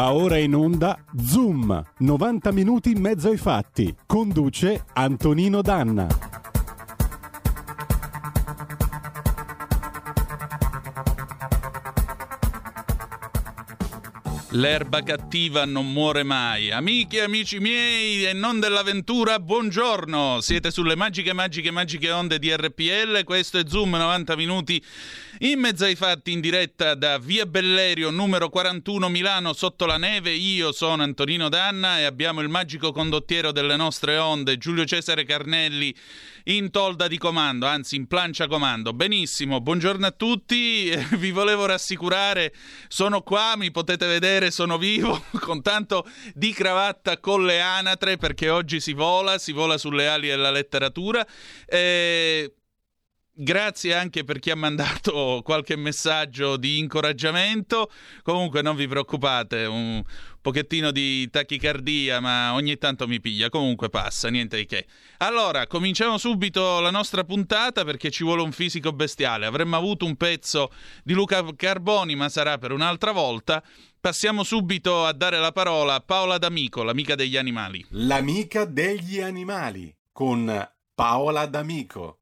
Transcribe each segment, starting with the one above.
Va ora in onda Zoom, 90 minuti in mezzo ai fatti. Conduce Antonino Danna. L'erba cattiva non muore mai. Amiche e amici miei e non dell'avventura, buongiorno. Siete sulle magiche onde di RPL. Questo è Zoom 90 minuti in mezzo ai fatti, in diretta da Via Bellerio numero 41 Milano, sotto la neve. Io sono Antonino Danna e abbiamo il magico condottiero delle nostre onde, Giulio Cesare Carnelli, in tolda di comando, anzi in plancia comando. Benissimo, buongiorno a tutti. Vi volevo rassicurare, sono qua, mi potete vedere, sono vivo, con tanto di cravatta con le anatre, perché oggi si vola sulle ali della letteratura. Grazie anche per chi ha mandato qualche messaggio di incoraggiamento. Comunque non vi preoccupate, un pochettino di tachicardia, ma ogni tanto mi piglia. Comunque passa, niente di che. Allora, cominciamo subito la nostra puntata, perché ci vuole un fisico bestiale. Avremmo avuto un pezzo di Luca Carboni, ma sarà per un'altra volta. Passiamo subito a dare la parola a Paola D'Amico, l'amica degli animali. L'amica degli animali, con Paola D'Amico.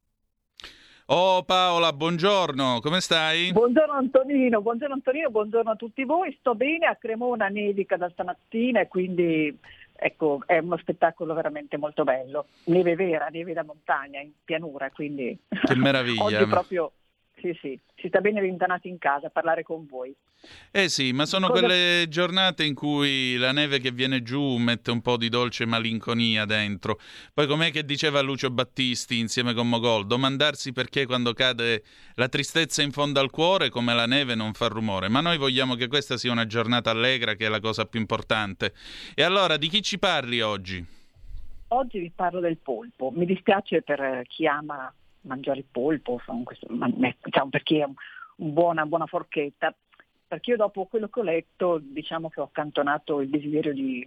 Oh Paola, buongiorno, come stai? Buongiorno Antonino, buongiorno a tutti voi. Sto bene, a Cremona nevica da stamattina e quindi ecco, è uno spettacolo veramente molto bello. Neve vera, neve da montagna, in pianura, quindi che meraviglia. Oggi proprio sì, si sta bene rintanati in casa a parlare con voi. Sì, ma sono quelle giornate in cui la neve che viene giù mette un po' di dolce malinconia dentro. Poi com'è che diceva Lucio Battisti insieme con Mogol? Domandarsi perché quando cade la tristezza in fondo al cuore, come la neve, non fa rumore. Ma noi vogliamo che questa sia una giornata allegra, che è la cosa più importante. E allora, di chi ci parli oggi? Oggi vi parlo del polpo. Mi dispiace per chi ama mangiare il polpo, diciamo, per chi è una buona forchetta, perché io dopo quello che ho letto diciamo che ho accantonato il desiderio di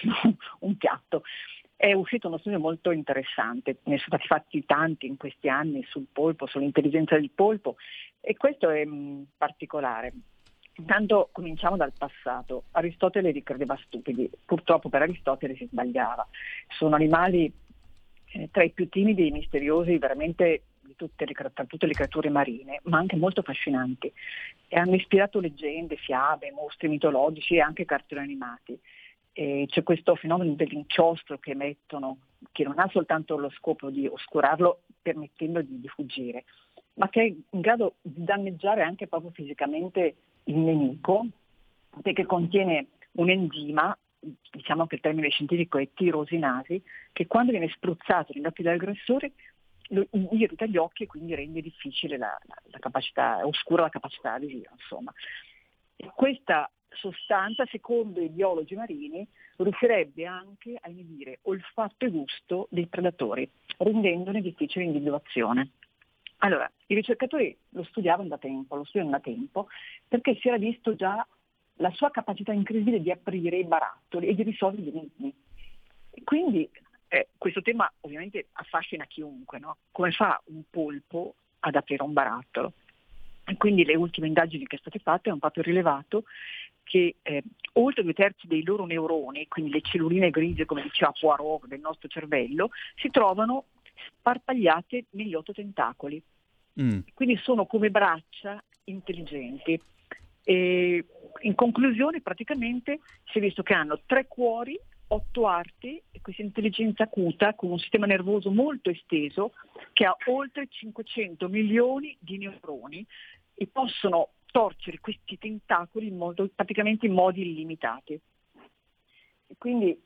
un piatto. È uscito uno studio molto interessante, ne sono stati fatti tanti in questi anni sul polpo, sull'intelligenza del polpo, e questo è particolare. Intanto cominciamo dal passato. Aristotele li credeva stupidi, purtroppo per Aristotele si sbagliava. Sono animali tra i più timidi e misteriosi veramente tra tutte le creature marine, ma anche molto affascinanti, e hanno ispirato leggende, fiabe, mostri mitologici e anche cartoni animati. C'è questo fenomeno dell'inchiostro che emettono, che non ha soltanto lo scopo di oscurarlo permettendogli di fuggire, ma che è in grado di danneggiare anche proprio fisicamente il nemico, perché contiene un enzima, diciamo che il termine scientifico è tirosinasi, che quando viene spruzzato negli occhi dell'aggressore lo irrita gli occhi e quindi rende difficile la capacità, oscura la capacità visiva, insomma. E questa sostanza, secondo i biologi marini, riuscirebbe anche a inibire olfatto e gusto dei predatori, rendendone difficile l'individuazione. Allora, i ricercatori lo studiano da tempo, perché si era visto già la sua capacità incredibile di aprire i barattoli e di risolvere gli enigmi. Quindi questo tema ovviamente affascina chiunque, no? Come fa un polpo ad aprire un barattolo? E quindi le ultime indagini che sono state fatte hanno proprio rilevato che oltre 2/3 dei loro neuroni, quindi le celluline grigie, come diceva Poirot, del nostro cervello, si trovano sparpagliate negli 8 tentacoli. Quindi sono come braccia intelligenti. E in conclusione praticamente si è visto che hanno 3 cuori, 8 arti e questa intelligenza acuta con un sistema nervoso molto esteso che ha oltre 500 milioni di neuroni e possono torcere questi tentacoli praticamente in modi illimitati. E quindi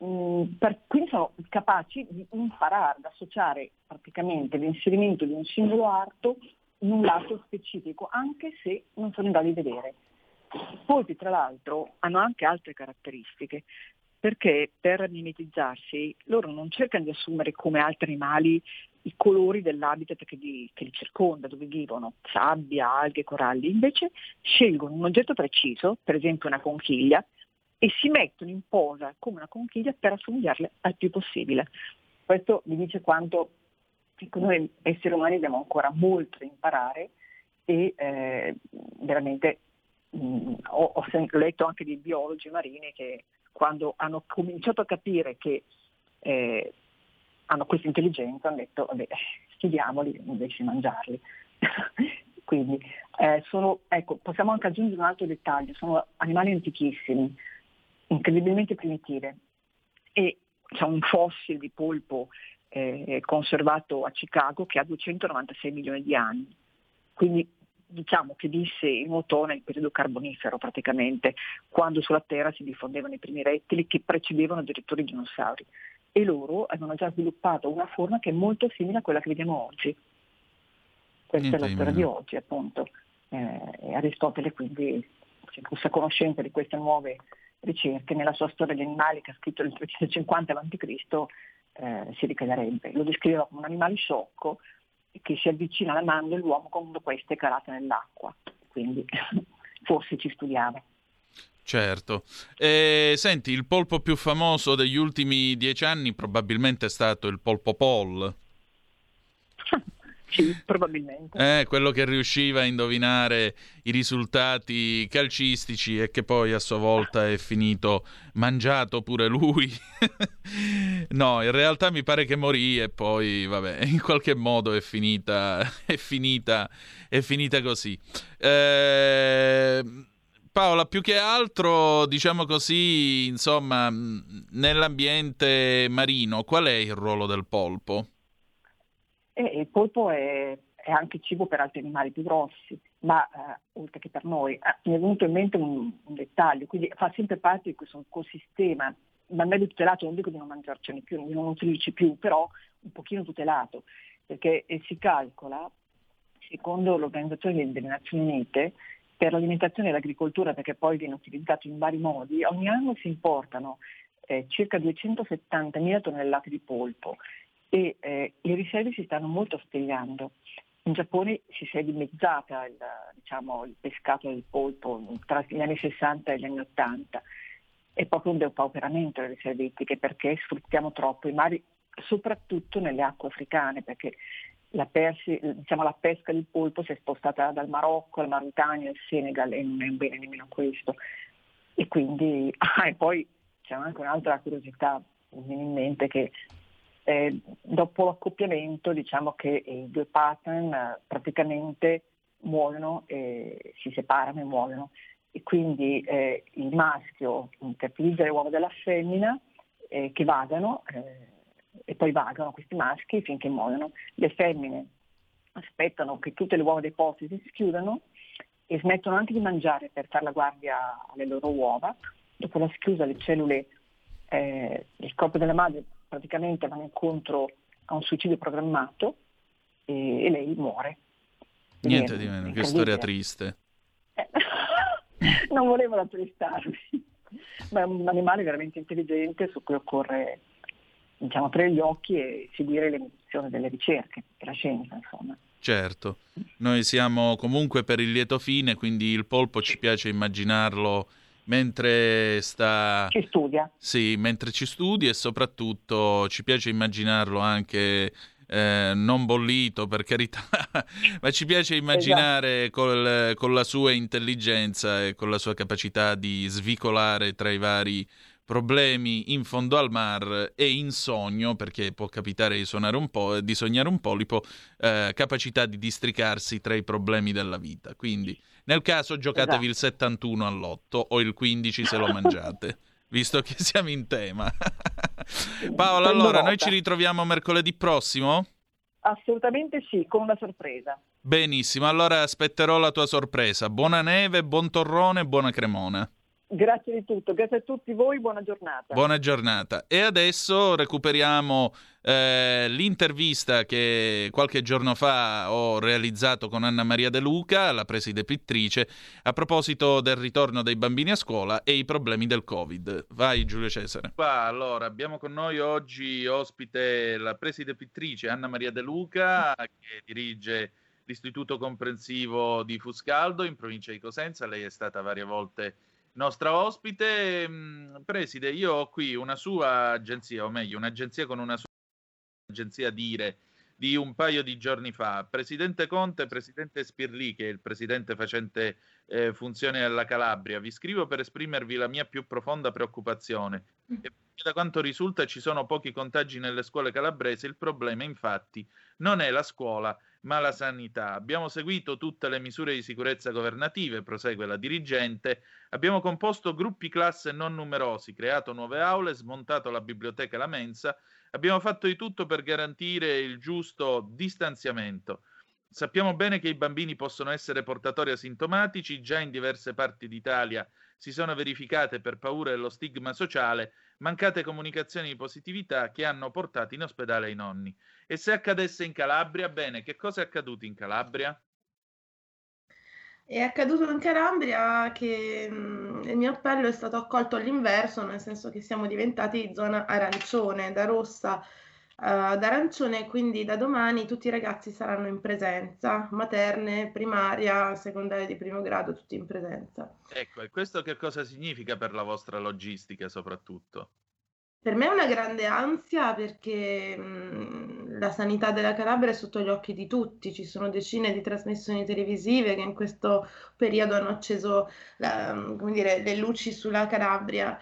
sono capaci di imparare ad associare praticamente l'inserimento di un singolo arto in un lato specifico, anche se non sono in grado di vedere. I polpi, tra l'altro, hanno anche altre caratteristiche, perché per mimetizzarsi loro non cercano di assumere come altri animali i colori dell'habitat che li circonda, dove vivono, sabbia, alghe, coralli. Invece scelgono un oggetto preciso, per esempio una conchiglia, e si mettono in posa come una conchiglia per assomigliarle al più possibile. Questo vi dice quanto noi esseri umani abbiamo ancora molto da imparare e veramente letto anche di biologi marini che quando hanno cominciato a capire che hanno questa intelligenza hanno detto vabbè, studiamoli invece di mangiarli. Quindi possiamo anche aggiungere un altro dettaglio: sono animali antichissimi, incredibilmente primitive, e c'è un fossile di polpo conservato a Chicago che ha 296 milioni di anni, quindi diciamo che visse in nuotò nel periodo carbonifero praticamente, quando sulla Terra si diffondevano i primi rettili che precedevano addirittura i dinosauri, e loro avevano già sviluppato una forma che è molto simile a quella che vediamo oggi. Questa è la storia di oggi, appunto. Aristotele quindi si fosse a conoscenza di queste nuove ricerche, nella sua storia degli animali, che ha scritto nel 350 a.C., si ricreerebbe. Lo descriveva come un animale sciocco che si avvicina alla mano dell'uomo quando questa è calata nell'acqua, quindi forse ci studiava. Certo. Senti, il polpo più famoso degli ultimi 10 anni probabilmente è stato il polpo Paul. Sì, probabilmente. Quello che riusciva a indovinare i risultati calcistici e che poi a sua volta è finito mangiato pure lui. No, in realtà mi pare che morì e poi, vabbè, in qualche modo è finita così. Paola, più che altro, diciamo così, insomma, nell'ambiente marino, qual è il ruolo del polpo? Il polpo è anche cibo per altri animali più grossi, ma oltre che per noi. Mi è venuto in mente un dettaglio, quindi fa sempre parte di questo ecosistema, ma meglio tutelato, non dico di non mangiarcene più, di non nutrirci più, però un pochino tutelato, perché si calcola, secondo l'Organizzazione delle Nazioni Unite, per l'alimentazione e l'agricoltura, perché poi viene utilizzato in vari modi, ogni anno si importano circa 270.000 tonnellate di polpo, e le riserve si stanno molto stegliando. In Giappone si è dimezzata il pescato del polpo tra gli anni 60 e gli anni 80. È proprio un depauperamento delle riserve ittiche, perché sfruttiamo troppo i mari, soprattutto nelle acque africane, perché la pesca del polpo si è spostata dal Marocco al Mauritania al Senegal, e non è un bene nemmeno questo. E quindi e poi c'è anche un'altra curiosità, mi viene in mente, che dopo l'accoppiamento diciamo che i due partner praticamente muoiono, si separano e muoiono, e quindi il maschio fertilizza le uova della femmina che vagano, e poi vagano questi maschi finché muoiono. Le femmine aspettano che tutte le uova dei pozzi si schiudano e smettono anche di mangiare per fare la guardia alle loro uova. Dopo la schiusa le cellule del corpo della madre praticamente vanno incontro a un suicidio programmato, e lei muore. Niente di meno, che storia triste. Non volevo rattristarvi, ma è un animale veramente intelligente su cui occorre aprire gli occhi e seguire l'evoluzione delle ricerche, della scienza, insomma. Certo, noi siamo comunque per il lieto fine, quindi il polpo ci piace immaginarlo mentre ci studia. Sì, mentre ci studi, e soprattutto ci piace immaginarlo anche non bollito, per carità, ma ci piace immaginare con la sua intelligenza e con la sua capacità di svicolare tra i vari problemi in fondo al mar, e in sogno, perché può capitare di sognare un polipo, capacità di districarsi tra i problemi della vita. Quindi nel caso giocatevi il 71 all'8 o il 15 se lo mangiate, visto che siamo in tema. Paola, allora noi ci ritroviamo mercoledì prossimo? Assolutamente sì, con una sorpresa. Benissimo, allora aspetterò la tua sorpresa. Buona neve, buon torrone, buona cremona. Grazie di tutto, grazie a tutti voi, buona giornata. Buona giornata. E adesso recuperiamo l'intervista che qualche giorno fa ho realizzato con Anna Maria De Luca, la preside pittrice, a proposito del ritorno dei bambini a scuola e i problemi del Covid. Vai Giulio Cesare. Allora, abbiamo con noi oggi ospite la preside pittrice Anna Maria De Luca, che dirige l'Istituto Comprensivo di Fuscaldo in provincia di Cosenza. Lei è stata varie volte nostra ospite. Preside, io ho qui una sua agenzia, o meglio un'agenzia con una sua agenzia Dire di un paio di giorni fa. Presidente Conte, Presidente Spirlì, che è il presidente facente funzione alla Calabria, vi scrivo per esprimervi la mia più profonda preoccupazione. E da quanto risulta ci sono pochi contagi nelle scuole calabresi, il problema infatti non è la scuola ma la sanità. Abbiamo seguito tutte le misure di sicurezza governative, prosegue la dirigente, abbiamo composto gruppi classe non numerosi, creato nuove aule, smontato la biblioteca e la mensa, abbiamo fatto di tutto per garantire il giusto distanziamento. Sappiamo bene che i bambini possono essere portatori asintomatici, già in diverse parti d'Italia si sono verificate per paura dello stigma sociale mancate comunicazioni di positività che hanno portato in ospedale i nonni. E se accadesse in Calabria, bene, che cosa è accaduto in Calabria? È accaduto in Calabria che il mio appello è stato accolto all'inverso, nel senso che siamo diventati zona arancione, da rossa ad arancione, quindi da domani tutti i ragazzi saranno in presenza, materne, primaria, secondaria di primo grado, tutti in presenza. Ecco, e questo che cosa significa per la vostra logistica soprattutto? Per me è una grande ansia perché la sanità della Calabria è sotto gli occhi di tutti, ci sono decine di trasmissioni televisive che in questo periodo hanno acceso come dire, le luci sulla Calabria,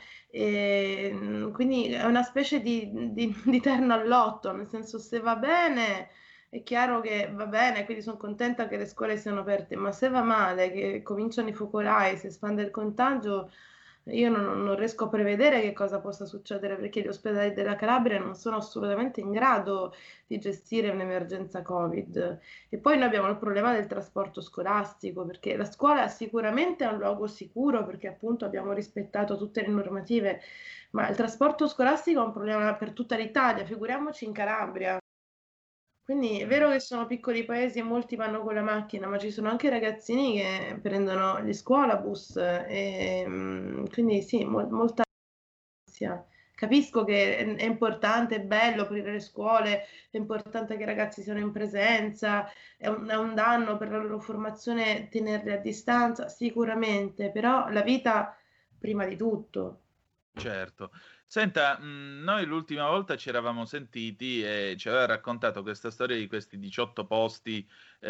e quindi è una specie di terno al lotto, nel senso se va bene è chiaro che va bene, quindi sono contenta che le scuole siano aperte, ma se va male, che cominciano i focolai, si espande il contagio. Io non riesco a prevedere che cosa possa succedere perché gli ospedali della Calabria non sono assolutamente in grado di gestire un'emergenza Covid. E poi noi abbiamo il problema del trasporto scolastico, perché la scuola sicuramente è un luogo sicuro perché appunto abbiamo rispettato tutte le normative, ma il trasporto scolastico è un problema per tutta l'Italia, figuriamoci in Calabria. Quindi è vero che sono piccoli paesi e molti vanno con la macchina, ma ci sono anche ragazzini che prendono gli scuolabus e quindi sì, molta ansia. Capisco che è importante, è bello aprire le scuole, è importante che i ragazzi siano in presenza, è un danno per la loro formazione tenerli a distanza, sicuramente, però la vita prima di tutto. Certo. Senta, noi l'ultima volta ci eravamo sentiti e ci aveva raccontato questa storia di questi 18 posti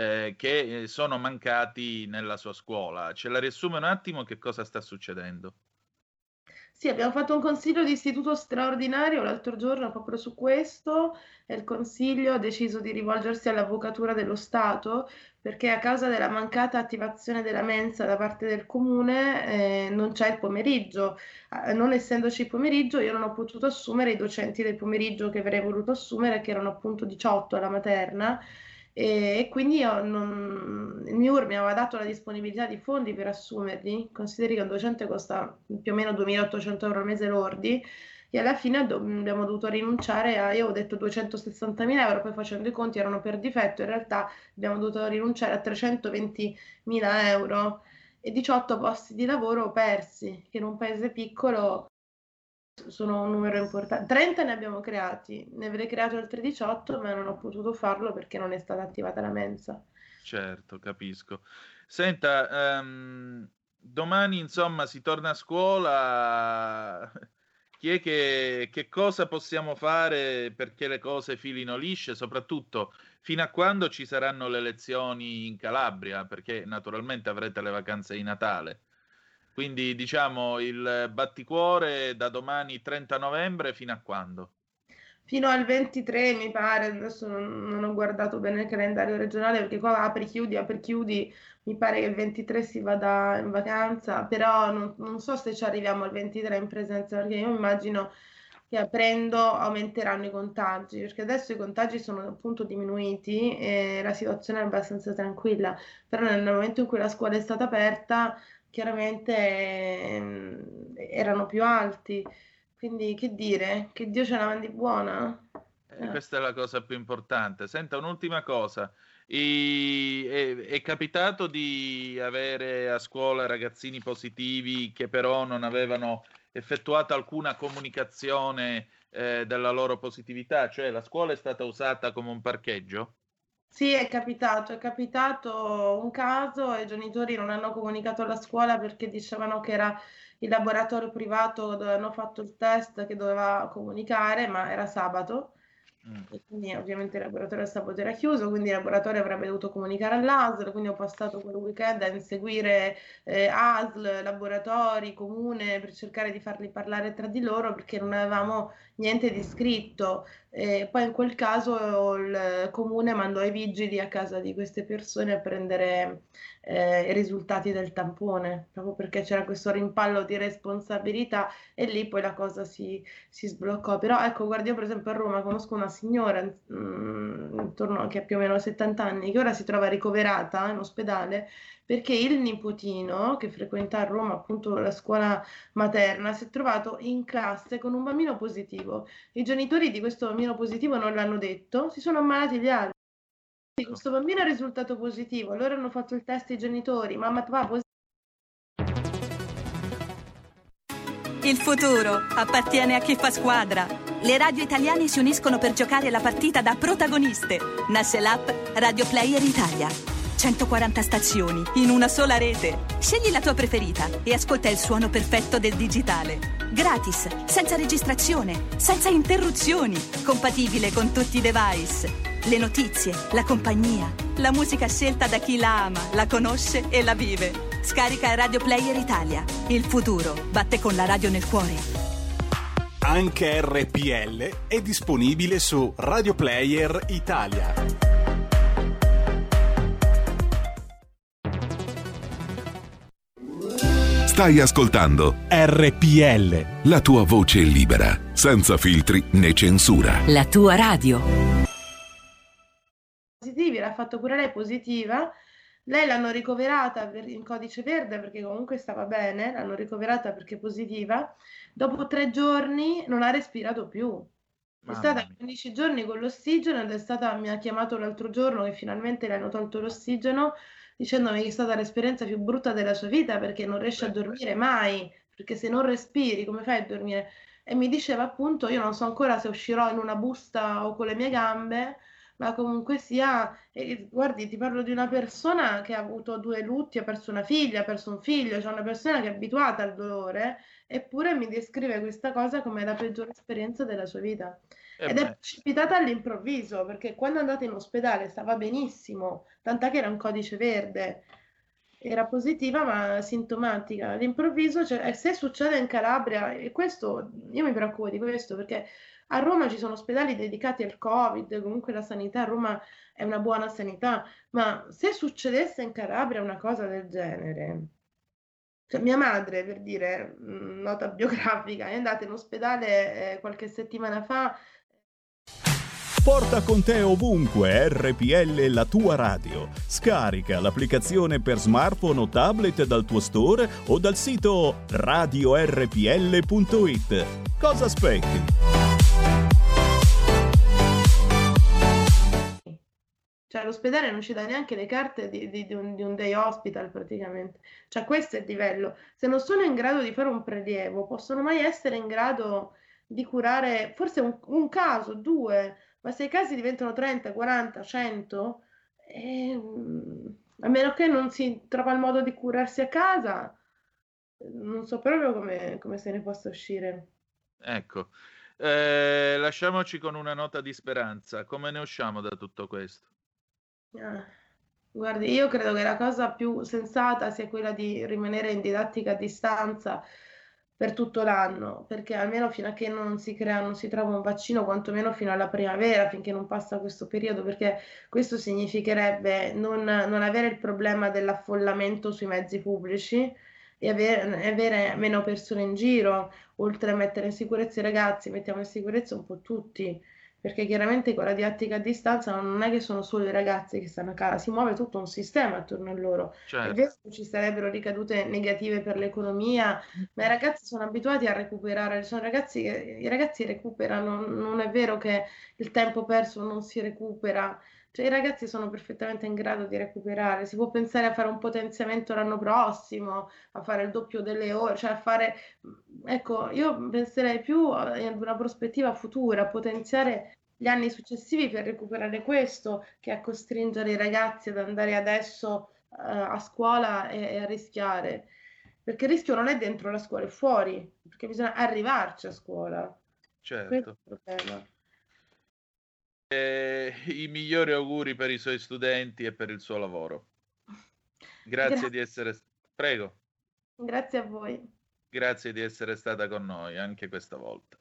che sono mancati nella sua scuola. Ce la riassume un attimo che cosa sta succedendo? Sì, abbiamo fatto un consiglio di istituto straordinario l'altro giorno proprio su questo e il consiglio ha deciso di rivolgersi all'Avvocatura dello Stato perché a causa della mancata attivazione della mensa da parte del comune non c'è il pomeriggio. Non essendoci il pomeriggio io non ho potuto assumere i docenti del pomeriggio che avrei voluto assumere, che erano appunto 18 alla materna. E quindi il MIUR mi aveva dato la disponibilità di fondi per assumerli, consideri che un docente costa più o meno 2.800 euro al mese lordi, e alla fine abbiamo dovuto rinunciare io ho detto 260.000 euro, poi facendo i conti erano per difetto, in realtà abbiamo dovuto rinunciare a 320.000 euro e 18 posti di lavoro persi, che in un paese piccolo sono un numero importante. 30 ne abbiamo creati, ne avrei creato altri 18, ma non ho potuto farlo perché non è stata attivata la mensa. Certo, capisco. Senta, domani insomma si torna a scuola. Chi è che cosa possiamo fare perché le cose filino lisce, soprattutto fino a quando ci saranno le lezioni in Calabria, perché naturalmente avrete le vacanze di Natale. Quindi diciamo il batticuore da domani 30 novembre fino a quando? Fino al 23 mi pare, adesso non ho guardato bene il calendario regionale perché qua apri chiudi, mi pare che il 23 si vada in vacanza, però non so se ci arriviamo al 23 in presenza perché io immagino che aprendo aumenteranno i contagi, perché adesso i contagi sono appunto diminuiti e la situazione è abbastanza tranquilla, però nel momento in cui la scuola è stata aperta chiaramente erano più alti. Quindi che dire? Che Dio ce la mandi buona? Questa è la cosa più importante. Senta, un'ultima cosa. È capitato di avere a scuola ragazzini positivi che però non avevano effettuato alcuna comunicazione della loro positività? Cioè la scuola è stata usata come un parcheggio? Sì, è capitato un caso e i genitori non hanno comunicato alla scuola perché dicevano che era il laboratorio privato dove hanno fatto il test che doveva comunicare, ma era sabato E quindi ovviamente il laboratorio del sabato era chiuso, quindi il laboratorio avrebbe dovuto comunicare all'ASL, quindi ho passato quel weekend a inseguire ASL, laboratori, comune per cercare di farli parlare tra di loro perché non avevamo niente di scritto. Poi in quel caso il comune mandò i vigili a casa di queste persone a prendere i risultati del tampone, proprio perché c'era questo rimpallo di responsabilità e lì poi la cosa si sbloccò. Però ecco, guarda, io per esempio a Roma conosco una signora intorno che ha più o meno 70 anni, che ora si trova ricoverata in ospedale perché il nipotino, che frequenta a Roma appunto la scuola materna, si è trovato in classe con un bambino positivo. I genitori di questo bambino positivo non l'hanno detto, si sono ammalati gli altri. Questo bambino è risultato positivo, loro hanno fatto il test ai genitori, mamma, papà, positivo. Il futuro appartiene a chi fa squadra. Le radio italiane si uniscono per giocare la partita da protagoniste. Nasce l'app Radio Player Italia. 140 stazioni in una sola rete. Scegli la tua preferita e ascolta il suono perfetto del digitale. Gratis, senza registrazione, senza interruzioni. Compatibile con tutti i device. Le notizie, la compagnia, la musica scelta da chi la ama, la conosce e la vive. Scarica Radio Player Italia. Il futuro batte con la radio nel cuore. Anche RPL è disponibile su Radio Player Italia. Stai ascoltando RPL, la tua voce libera, senza filtri né censura. La tua radio. Positivi, l'ha fatto pure lei positiva. Lei l'hanno ricoverata in codice verde perché comunque stava bene, l'hanno ricoverata perché positiva. Dopo 3 giorni non ha respirato più. È stata 15 giorni con l'ossigeno ed mi ha chiamato l'altro giorno che finalmente le hanno tolto l'ossigeno dicendomi che è stata l'esperienza più brutta della sua vita perché non riesce a dormire mai, perché se non respiri come fai a dormire? E mi diceva appunto, io non so ancora se uscirò in una busta o con le mie gambe, ma comunque sia, guardi, ti parlo di una persona che ha avuto 2 lutti, ha perso una figlia, ha perso un figlio, cioè una persona che è abituata al dolore, eppure mi descrive questa cosa come la peggiore esperienza della sua vita. Ed è precipitata all'improvviso, perché quando è andata in ospedale stava benissimo, tant'è che era un codice verde, era positiva ma sintomatica. All'improvviso, cioè, se succede in Calabria, e questo, io mi preoccupo di questo, perché a Roma ci sono ospedali dedicati al Covid, comunque la sanità a Roma è una buona sanità, ma se succedesse in Calabria una cosa del genere, cioè mia madre, per dire, nota biografica, è andata in ospedale qualche settimana fa. Porta con te ovunque RPL, la tua radio. Scarica l'applicazione per smartphone o tablet dal tuo store o dal sito radiorpl.it. Cosa aspetti? Cioè l'ospedale non ci dà neanche le carte di un day hospital praticamente. Cioè questo è il livello. Se non sono in grado di fare un prelievo, possono mai essere in grado di curare forse un caso, 2, ma se i casi diventano 30, 40, 100, a meno che non si trova il modo di curarsi a casa, non so proprio come se ne possa uscire. Ecco, lasciamoci con una nota di speranza. Come ne usciamo da tutto questo? Guardi, io credo che la cosa più sensata sia quella di rimanere in didattica a distanza per tutto l'anno, perché almeno fino a che non si trova un vaccino, quantomeno fino alla primavera, finché non passa questo periodo, perché questo significherebbe non avere il problema dell'affollamento sui mezzi pubblici e avere meno persone in giro, oltre a mettere in sicurezza i ragazzi, mettiamo in sicurezza un po' tutti. Perché chiaramente con la didattica a distanza non è che sono solo i ragazzi che stanno a casa, si muove tutto un sistema attorno a loro. È vero che ci sarebbero ricadute negative per l'economia, ma i ragazzi sono abituati a recuperare, i ragazzi recuperano, non è vero che il tempo perso non si recupera. Cioè, i ragazzi sono perfettamente in grado di recuperare, si può pensare a fare un potenziamento l'anno prossimo, a fare il doppio delle ore, cioè a fare, ecco, io penserei più ad una prospettiva futura, a potenziare gli anni successivi per recuperare questo, che a costringere i ragazzi ad andare adesso a scuola e a rischiare, perché il rischio non è dentro la scuola, è fuori, perché bisogna arrivarci a scuola. Certo. Questo è il problema. I migliori auguri per i suoi studenti e per il suo lavoro. Grazie di essere... Prego. Grazie a voi. Grazie di essere stata con noi anche questa volta.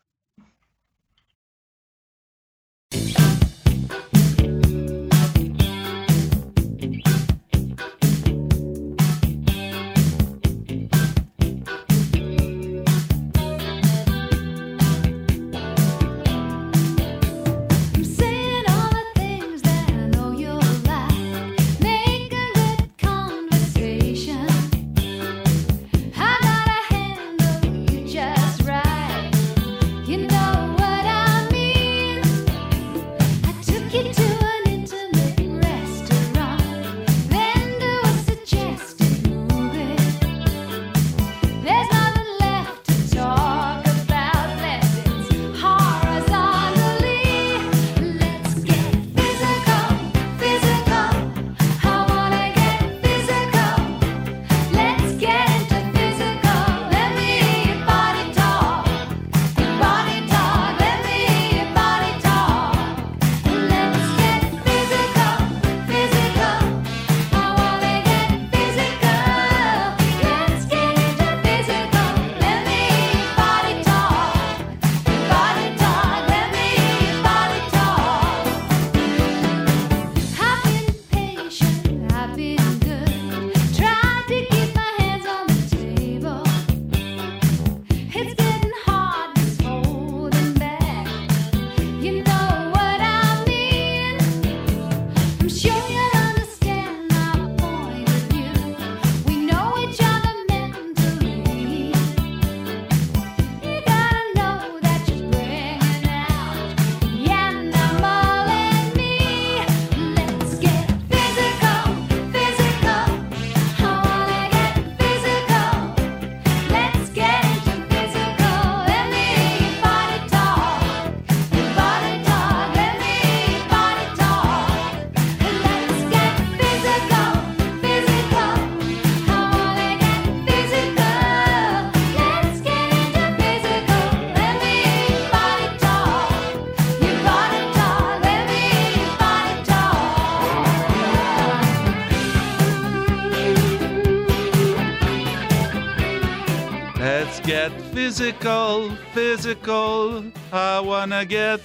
Physical, I wanna get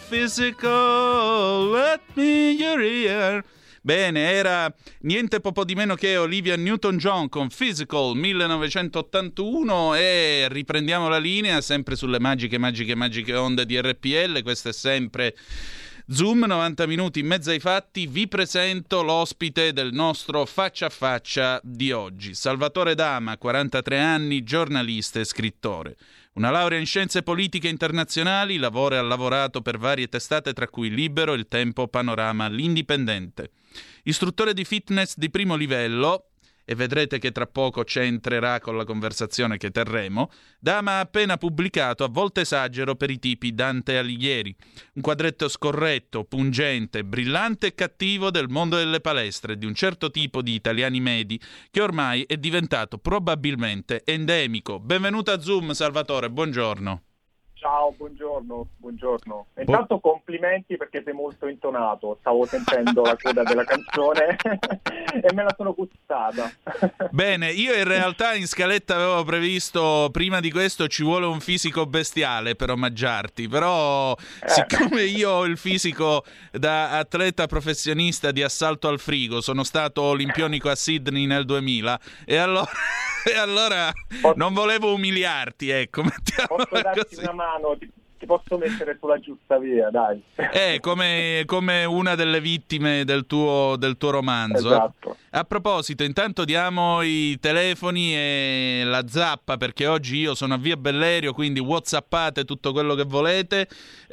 physical, let me your ear. Bene, era niente po' di meno che Olivia Newton-John con Physical 1981 e riprendiamo la linea sempre sulle magiche onde di RPL. Questo è sempre Zoom, 90 minuti in mezzo ai fatti. Vi presento l'ospite del nostro Faccia a Faccia di oggi, Salvatore Dama, 43 anni, giornalista e scrittore. Una laurea in scienze politiche internazionali, lavora e ha lavorato per varie testate tra cui Libero, Il Tempo, Panorama, L'Indipendente. Istruttore di fitness di primo livello, e vedrete che tra poco c'entrerà con la conversazione che terremo, Dama ha appena pubblicato A volte esagero per i tipi Dante Alighieri, un quadretto scorretto, pungente, brillante e cattivo del mondo delle palestre di un certo tipo di italiani medi che ormai è diventato probabilmente endemico. Benvenuto a Zoom, Salvatore, buongiorno. Ciao, buongiorno. Intanto complimenti perché sei molto intonato, stavo sentendo la coda della canzone e me la sono gustata. Bene, io in realtà in scaletta avevo previsto, prima di questo ci vuole un fisico bestiale per omaggiarti, però siccome io ho il fisico da atleta professionista di assalto al frigo, sono stato olimpionico a Sydney nel 2000 e allora non volevo umiliarti, ecco, mettiamola posso darti così. Una mano, ti posso mettere sulla giusta via, dai. Come una delle vittime del tuo romanzo. Esatto. A proposito, intanto diamo i telefoni e la zappa, perché oggi io sono a Via Bellerio, quindi whatsappate tutto quello che volete.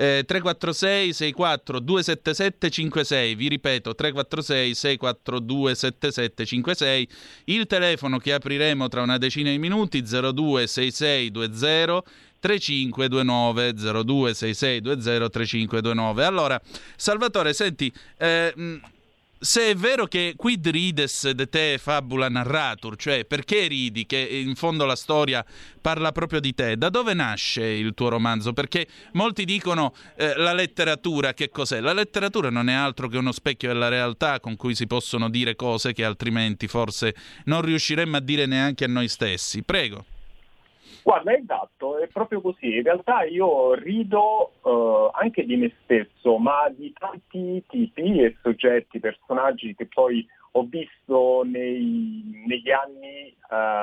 346 64 277 56, vi ripeto 346 642 7756, il telefono che apriremo tra una decina di minuti 026620 3529 026620 3529. Allora, Salvatore, senti, se è vero che quid rides de te fabula narratur, cioè perché ridi, che in fondo la storia parla proprio di te, da dove nasce il tuo romanzo? Perché molti dicono la letteratura, che cos'è? La letteratura non è altro che uno specchio della realtà con cui si possono dire cose che altrimenti forse non riusciremmo a dire neanche a noi stessi. Prego. Guarda, esatto, è proprio così. In realtà io rido anche di me stesso, ma di tanti tipi e soggetti, personaggi che poi ho visto negli anni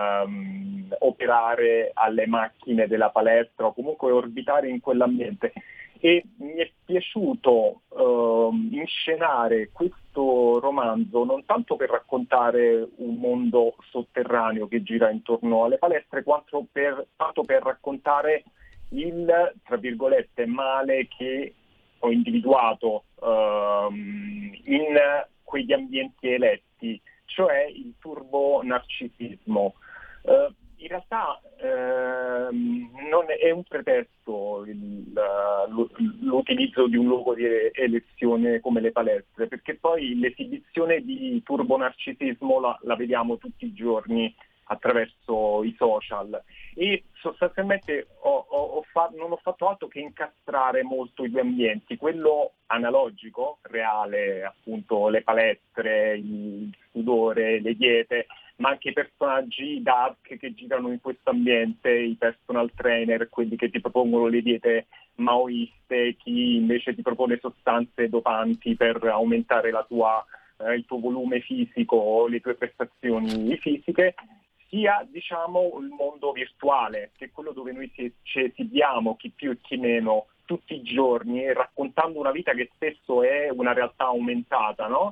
operare alle macchine della palestra o comunque orbitare in quell'ambiente. E mi è piaciuto inscenare questo romanzo non tanto per raccontare un mondo sotterraneo che gira intorno alle palestre, quanto per raccontare il, tra virgolette, male che ho individuato in quegli ambienti eletti, cioè il turbonarcisismo. In realtà non è un pretesto l'utilizzo di un luogo di elezione come le palestre, perché poi l'esibizione di turbonarcisismo la vediamo tutti i giorni attraverso i social e sostanzialmente non ho fatto altro che incastrare molto i due ambienti, quello analogico, reale, appunto le palestre, il sudore, le diete, ma anche i personaggi dark che girano in questo ambiente, i personal trainer, quelli che ti propongono le diete maoiste, chi invece ti propone sostanze dopanti per aumentare il tuo volume fisico o le tue prestazioni fisiche, sia diciamo il mondo virtuale, che è quello dove noi ci esibiamo, chi più e chi meno, tutti i giorni, raccontando una vita che spesso è una realtà aumentata, no?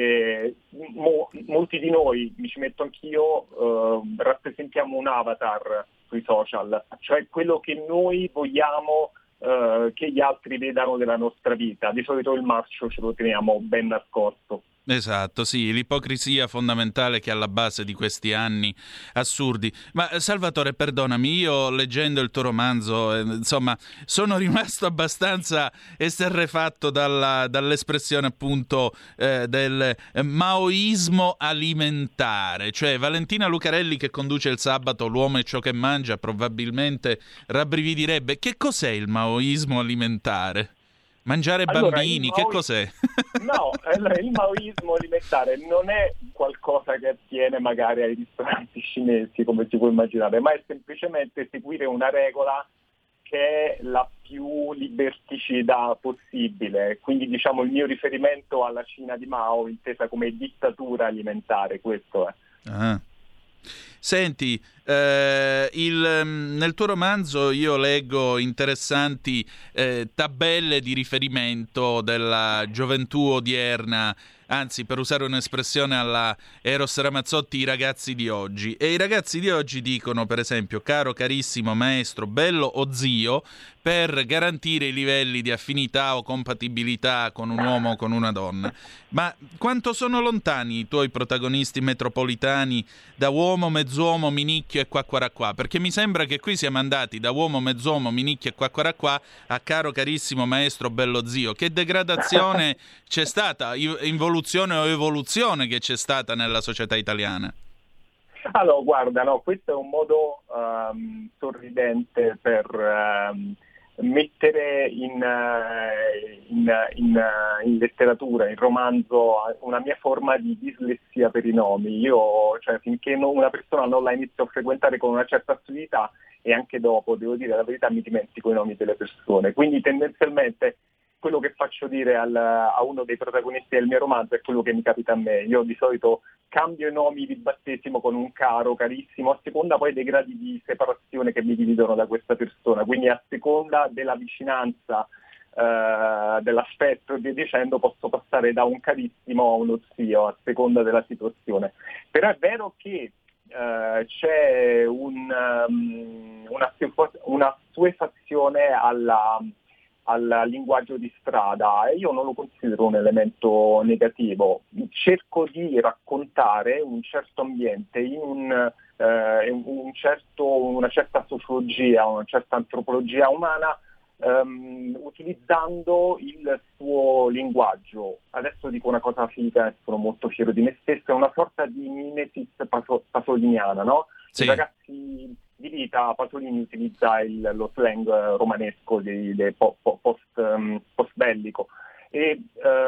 Molti di noi, mi ci metto anch'io, rappresentiamo un avatar sui social, cioè quello che noi vogliamo che gli altri vedano della nostra vita. Di solito il marcio ce lo teniamo ben nascosto. Esatto, sì, l'ipocrisia fondamentale che è alla base di questi anni assurdi. Ma Salvatore, perdonami, io leggendo il tuo romanzo, insomma, sono rimasto abbastanza esterrefatto dall'espressione appunto del maoismo alimentare, cioè Valentina Lucarelli che conduce il sabato L'uomo è ciò che mangia probabilmente rabbrividirebbe. Che cos'è il maoismo alimentare? Mangiare bambini, che cos'è? No, il maoismo alimentare non è qualcosa che attiene magari ai ristoranti cinesi, come si può immaginare, ma è semplicemente seguire una regola che è la più liberticida possibile. Quindi diciamo il mio riferimento alla Cina di Mao, intesa come dittatura alimentare, questo è. Ah. Senti, nel tuo romanzo io leggo interessanti tabelle di riferimento della gioventù odierna, anzi per usare un'espressione alla Eros Ramazzotti, i ragazzi di oggi. E i ragazzi di oggi dicono per esempio caro, carissimo, maestro, bello o zio, per garantire i livelli di affinità o compatibilità con un uomo o con una donna. Ma quanto sono lontani i tuoi protagonisti metropolitani da uomo, mezzuomo, minicchio e quacquaracquà? Perché mi sembra che qui siamo andati da uomo, mezzuomo, minicchio e quacquaracquà a caro, carissimo, maestro, bello zio. Che degradazione c'è stata, involuzione o evoluzione che c'è stata nella società italiana? Allora, guarda, no, questo è un modo sorridente per mettere in letteratura, in romanzo, una mia forma di dislessia per i nomi. Io, cioè, finché una persona non la inizio a frequentare con una certa assiduità, e anche dopo, devo dire la verità, mi dimentico i nomi delle persone. Quindi tendenzialmente quello che faccio dire a uno dei protagonisti del mio romanzo è quello che mi capita a me. Io di solito cambio i nomi di battesimo con un caro, carissimo, a seconda poi dei gradi di separazione che mi dividono da questa persona, quindi a seconda della vicinanza, dell'aspetto e via dicendo, posso passare da un carissimo a uno zio, a seconda della situazione. Però è vero che c'è una assuefazione al linguaggio di strada, e io non lo considero un elemento negativo. Cerco di raccontare un certo ambiente in una certa sociologia, una certa antropologia umana, utilizzando il suo linguaggio. Adesso dico una cosa figa e sono molto fiero di me stesso, è una sorta di mimesis pasoliniana, no? Sì. I ragazzi di vita, Pasolini utilizza lo slang romanesco post bellico, e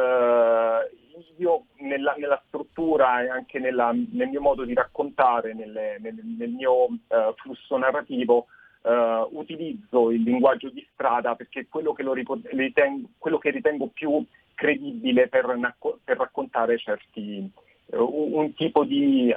io nella struttura e anche nel mio modo di raccontare, nel mio flusso narrativo, utilizzo il linguaggio di strada perché è quello che ritengo più credibile per raccontare un tipo di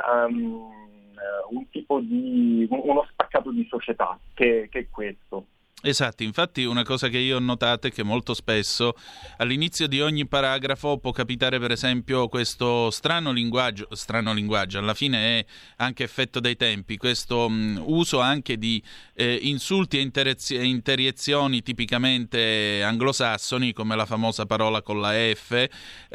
uno spaccato di società che è questo. Esatto, infatti una cosa che io ho notato è che molto spesso all'inizio di ogni paragrafo può capitare per esempio questo strano linguaggio, alla fine è anche effetto dei tempi, questo uso anche di insulti e interiezioni tipicamente anglosassoni, come la famosa parola con la F,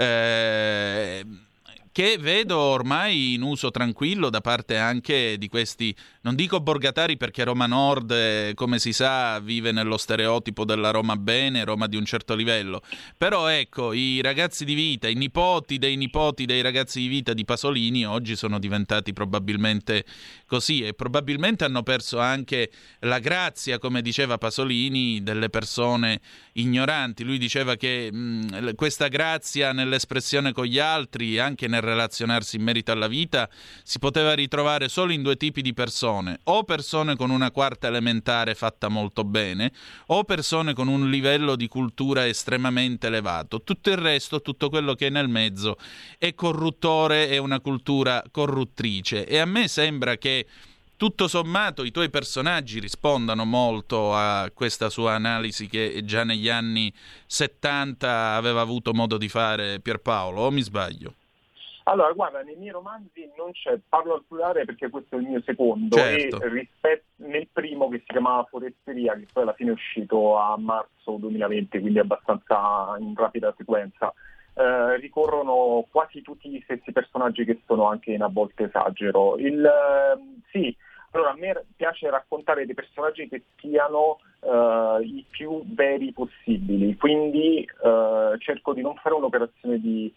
che vedo ormai in uso tranquillo da parte anche di questi, non dico borgatari perché Roma Nord, come si sa, vive nello stereotipo della Roma bene, Roma di un certo livello, però ecco, i ragazzi di vita, i nipoti dei ragazzi di vita di Pasolini oggi sono diventati probabilmente così, e probabilmente hanno perso anche la grazia, come diceva Pasolini, delle persone ignoranti. Lui diceva che questa grazia nell'espressione con gli altri, anche nel relazionarsi in merito alla vita, si poteva ritrovare solo in due tipi di persone: o persone con una quarta elementare fatta molto bene, o persone con un livello di cultura estremamente elevato. Tutto il resto, tutto quello che è nel mezzo, è corruttore, è una cultura corruttrice. E a me sembra che tutto sommato i tuoi personaggi rispondano molto a questa sua analisi che già negli anni 70 aveva avuto modo di fare Pierpaolo, o mi sbaglio? Allora, guarda, nei miei romanzi non c'è, parlo al plurale perché questo è il mio secondo, certo. E nel primo, che si chiamava Foresteria, che poi alla fine è uscito a marzo 2020, quindi abbastanza in rapida sequenza, ricorrono quasi tutti gli stessi personaggi che sono anche in A volte esagero. Sì, allora a me piace raccontare dei personaggi che siano i più veri possibili, quindi cerco di non fare un'operazione di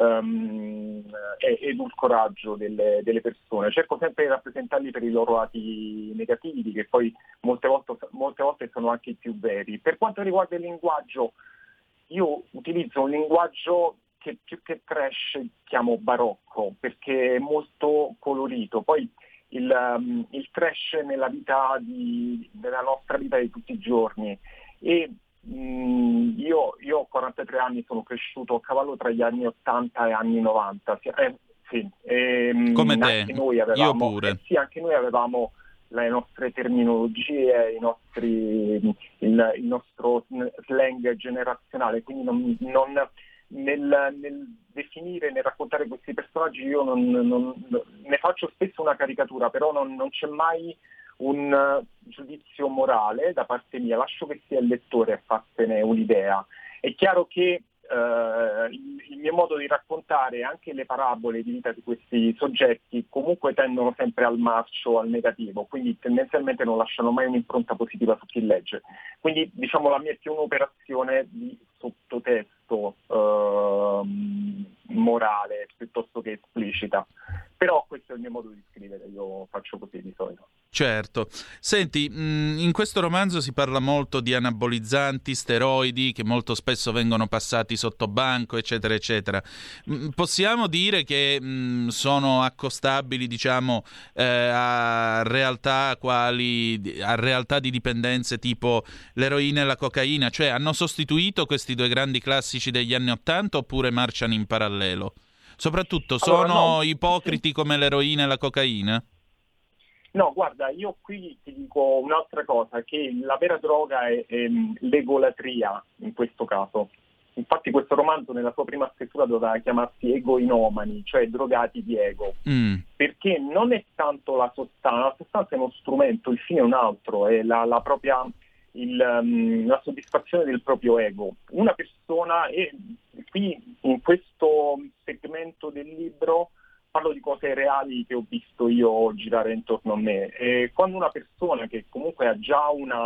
edulcoraggio delle persone, cerco sempre di rappresentarli per i loro lati negativi, che poi molte volte sono anche i più veri. Per quanto riguarda il linguaggio, io utilizzo un linguaggio che più che trash chiamo barocco, perché è molto colorito. Poi il trash nella nostra vita di tutti i giorni, e io ho 43 anni, sono cresciuto a cavallo tra gli anni 80 e anni 90, sì, come te, anche noi avevamo, io pure. Sì, anche noi avevamo le nostre terminologie, il nostro slang generazionale, quindi nel definire, nel raccontare questi personaggi io non ne faccio spesso una caricatura, però non c'è mai un giudizio morale da parte mia, lascio che sia il lettore a farsene un'idea. È chiaro che il mio modo di raccontare, anche le parabole di vita di questi soggetti, comunque tendono sempre al marcio, al negativo, quindi tendenzialmente non lasciano mai un'impronta positiva su chi legge. Quindi diciamo la mia è più un'operazione di sottotesto morale piuttosto che esplicita. Però questo è il mio modo di scrivere, io faccio così di solito. Certo. Senti, in questo romanzo si parla molto di anabolizzanti, steroidi, che molto spesso vengono passati sotto banco, eccetera, eccetera. Possiamo dire che sono accostabili, diciamo, a realtà di dipendenze tipo l'eroina e la cocaina? Cioè, hanno sostituito questi due grandi classici degli anni '80 oppure marciano in parallelo? Soprattutto, sono ipocriti come l'eroina e la cocaina? No, guarda, io qui ti dico un'altra cosa, che la vera droga è l'egolatria in questo caso. Infatti questo romanzo nella sua prima scrittura doveva chiamarsi Egoinomani, cioè drogati di ego, perché non è tanto la sostanza è uno strumento, il fine è un altro, è la propria... la soddisfazione del proprio ego. Una persona, e qui in questo segmento del libro parlo di cose reali che ho visto io girare intorno a me, e quando una persona che comunque ha già una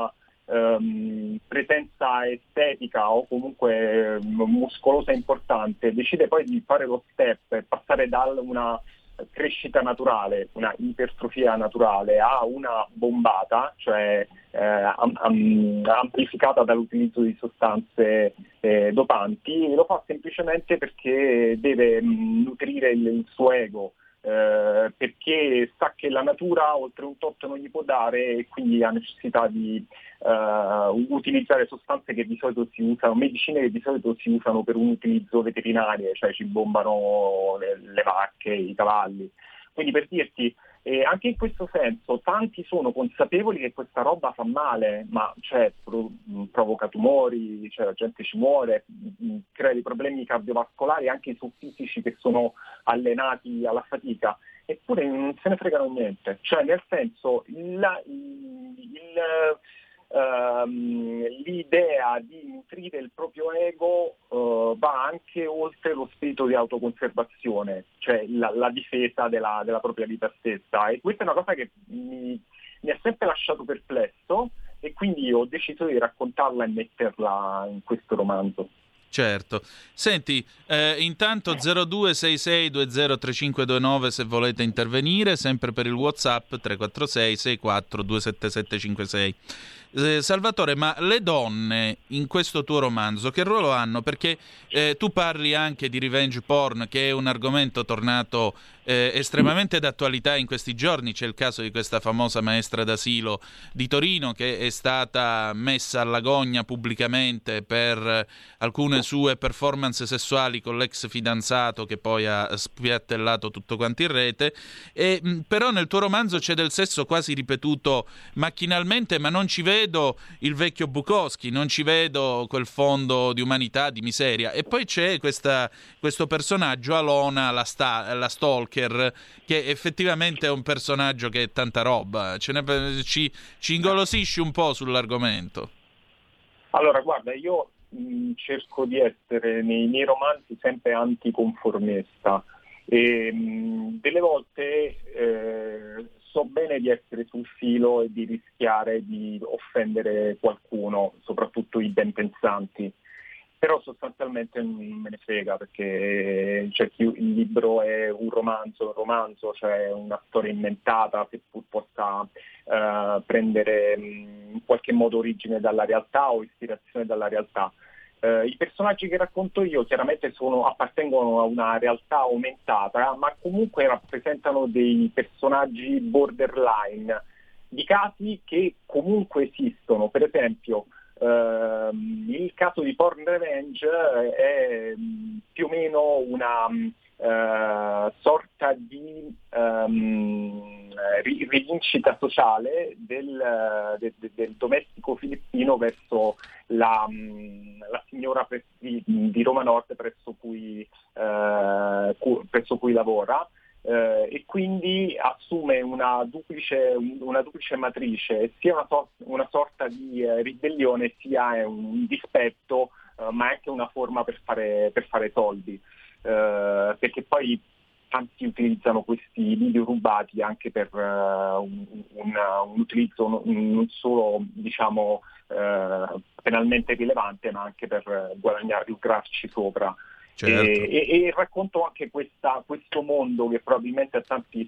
presenza estetica o comunque muscolosa importante, decide poi di fare lo step e passare da una crescita naturale, una ipertrofia naturale, a una bombata, cioè amplificata dall'utilizzo di sostanze dopanti, lo fa semplicemente perché deve nutrire il suo ego, perché sa che la natura oltre un tot non gli può dare e quindi ha necessità di utilizzare sostanze che di solito si usano, medicine che di solito si usano per un utilizzo veterinario, cioè ci bombano le vacche, i cavalli. Quindi per dirti, anche in questo senso tanti sono consapevoli che questa roba fa male, ma cioè, provoca tumori, cioè, la gente ci muore, crea dei problemi cardiovascolari anche su fisici che sono allenati alla fatica, eppure non se ne fregano niente. Cioè, nel senso, l'idea di nutrire il proprio ego va anche oltre lo spirito di autoconservazione, cioè la difesa della propria vita stessa, e questa è una cosa che mi ha sempre lasciato perplesso, e quindi ho deciso di raccontarla e metterla in questo romanzo. Certo. Senti, intanto 0266203529 se volete intervenire, sempre per il WhatsApp 346 64 27756. Salvatore, ma le donne in questo tuo romanzo che ruolo hanno? Perché tu parli anche di revenge porn, che è un argomento tornato estremamente d'attualità in questi giorni. C'è il caso di questa famosa maestra d'asilo di Torino che è stata messa alla gogna pubblicamente per alcune sue performance sessuali con l'ex fidanzato, che poi ha spiattellato tutto quanto in rete. Però nel tuo romanzo c'è del sesso quasi ripetuto macchinalmente, ma non ci vedo il vecchio Bukowski, non ci vedo quel fondo di umanità, di miseria. E poi c'è questo personaggio, Alona, la stalker, che effettivamente è un personaggio che è tanta roba. Ci ingolosisci un po' sull'argomento. Allora, guarda, io cerco di essere nei miei romanzi sempre anticonformista, e delle volte so bene di essere sul filo e di rischiare di offendere qualcuno, soprattutto i ben pensanti, però sostanzialmente non me ne frega, perché il libro è un romanzo, cioè una storia inventata, seppur possa prendere in qualche modo origine dalla realtà o ispirazione dalla realtà. I personaggi che racconto io chiaramente appartengono a una realtà aumentata, ma comunque rappresentano dei personaggi borderline, di casi che comunque esistono. Per esempio, il caso di Porn Revenge è più o meno una sorta di rivincita sociale del domestico filippino verso la signora di Roma Nord presso cui lavora, e quindi assume una duplice matrice, sia una sorta di ribellione, sia un dispetto, ma anche una forma per fare soldi, perché poi tanti utilizzano questi video rubati anche per un utilizzo non solo, diciamo, penalmente rilevante, ma anche per lucrarci sopra. Certo. E racconto anche questo mondo che probabilmente a tanti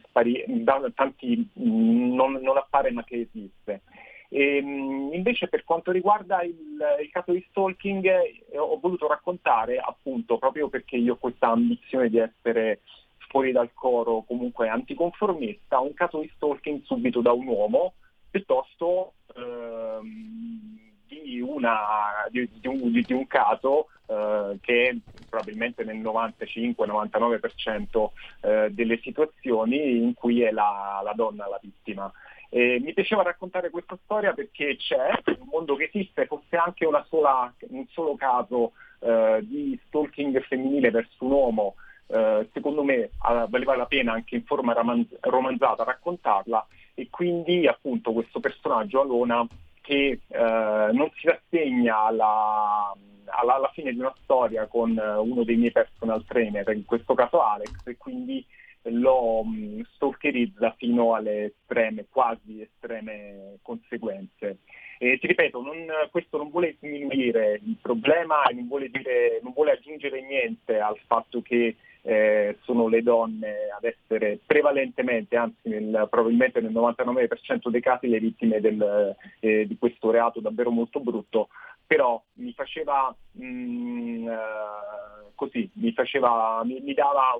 non appare, ma che esiste. Invece, per quanto riguarda il caso di stalking, ho voluto raccontare, appunto, proprio perché io ho questa ambizione di essere fuori dal coro, comunque anticonformista, un caso di stalking subito da un uomo, piuttosto di un caso che probabilmente nel 95-99% delle situazioni in cui è la donna la vittima. Mi piaceva raccontare questa storia perché c'è un mondo che esiste, fosse anche un solo caso di stalking femminile verso un uomo, secondo me valeva la pena anche in forma romanzata raccontarla, e quindi appunto questo personaggio, Alona, che non si rassegna alla fine di una storia con uno dei miei personal trainer, in questo caso Alex, e quindi lo stalkerizza fino alle quasi estreme conseguenze. ti ripeto, questo non vuole sminuire il problema e non vuole aggiungere niente al fatto che sono le donne ad essere prevalentemente, anzi probabilmente nel 99% dei casi, le vittime di questo reato davvero molto brutto. Però mi faceva mi dava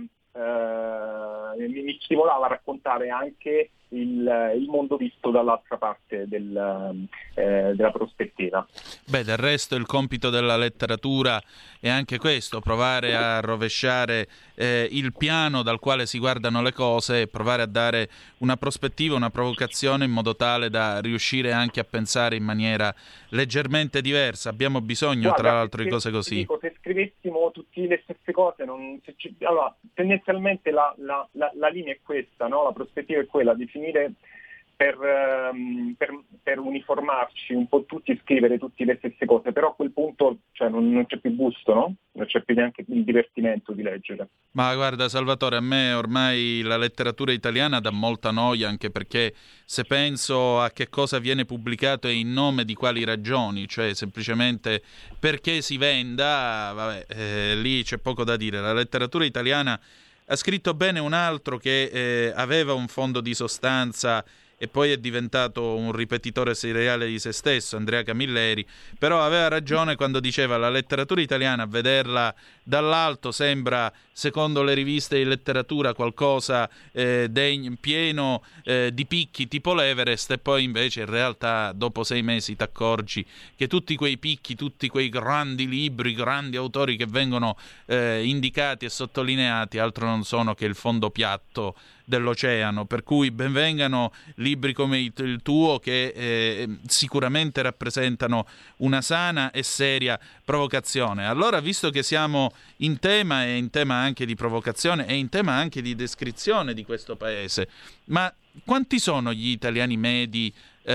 mi stimolava a raccontare anche il mondo visto dall'altra parte della prospettiva. Beh, del resto il compito della letteratura è anche questo, provare a rovesciare il piano dal quale si guardano le cose e provare a dare una prospettiva, una provocazione in modo tale da riuscire anche a pensare in maniera leggermente diversa. Abbiamo bisogno, tra l'altro, di cose così. Dico, se scrivessimo tutte le stesse cose, allora, tendenzialmente la linea è questa, no? La prospettiva è quella di finire per uniformarci un po' tutti, scrivere tutte le stesse cose, però a quel punto non c'è più gusto, no? Non c'è più neanche il divertimento di leggere. Ma guarda Salvatore, a me ormai la letteratura italiana dà molta noia, anche perché se penso a che cosa viene pubblicato e in nome di quali ragioni, cioè semplicemente perché si venda, lì c'è poco da dire. La letteratura italiana ha scritto bene un altro che aveva un fondo di sostanza e poi è diventato un ripetitore seriale di se stesso, Andrea Camilleri, però aveva ragione quando diceva: la letteratura italiana, a vederla dall'alto, sembra, secondo le riviste di letteratura, qualcosa pieno di picchi tipo l'Everest, e poi invece in realtà dopo 6 mesi ti accorgi che tutti quei picchi, tutti quei grandi libri, grandi autori che vengono indicati e sottolineati altro non sono che il fondo piatto dell'oceano, per cui benvengano libri come il tuo, che sicuramente rappresentano una sana e seria provocazione. Allora, visto che siamo in tema, e in tema anche di provocazione e in tema anche di descrizione di questo paese, ma quanti sono gli italiani medi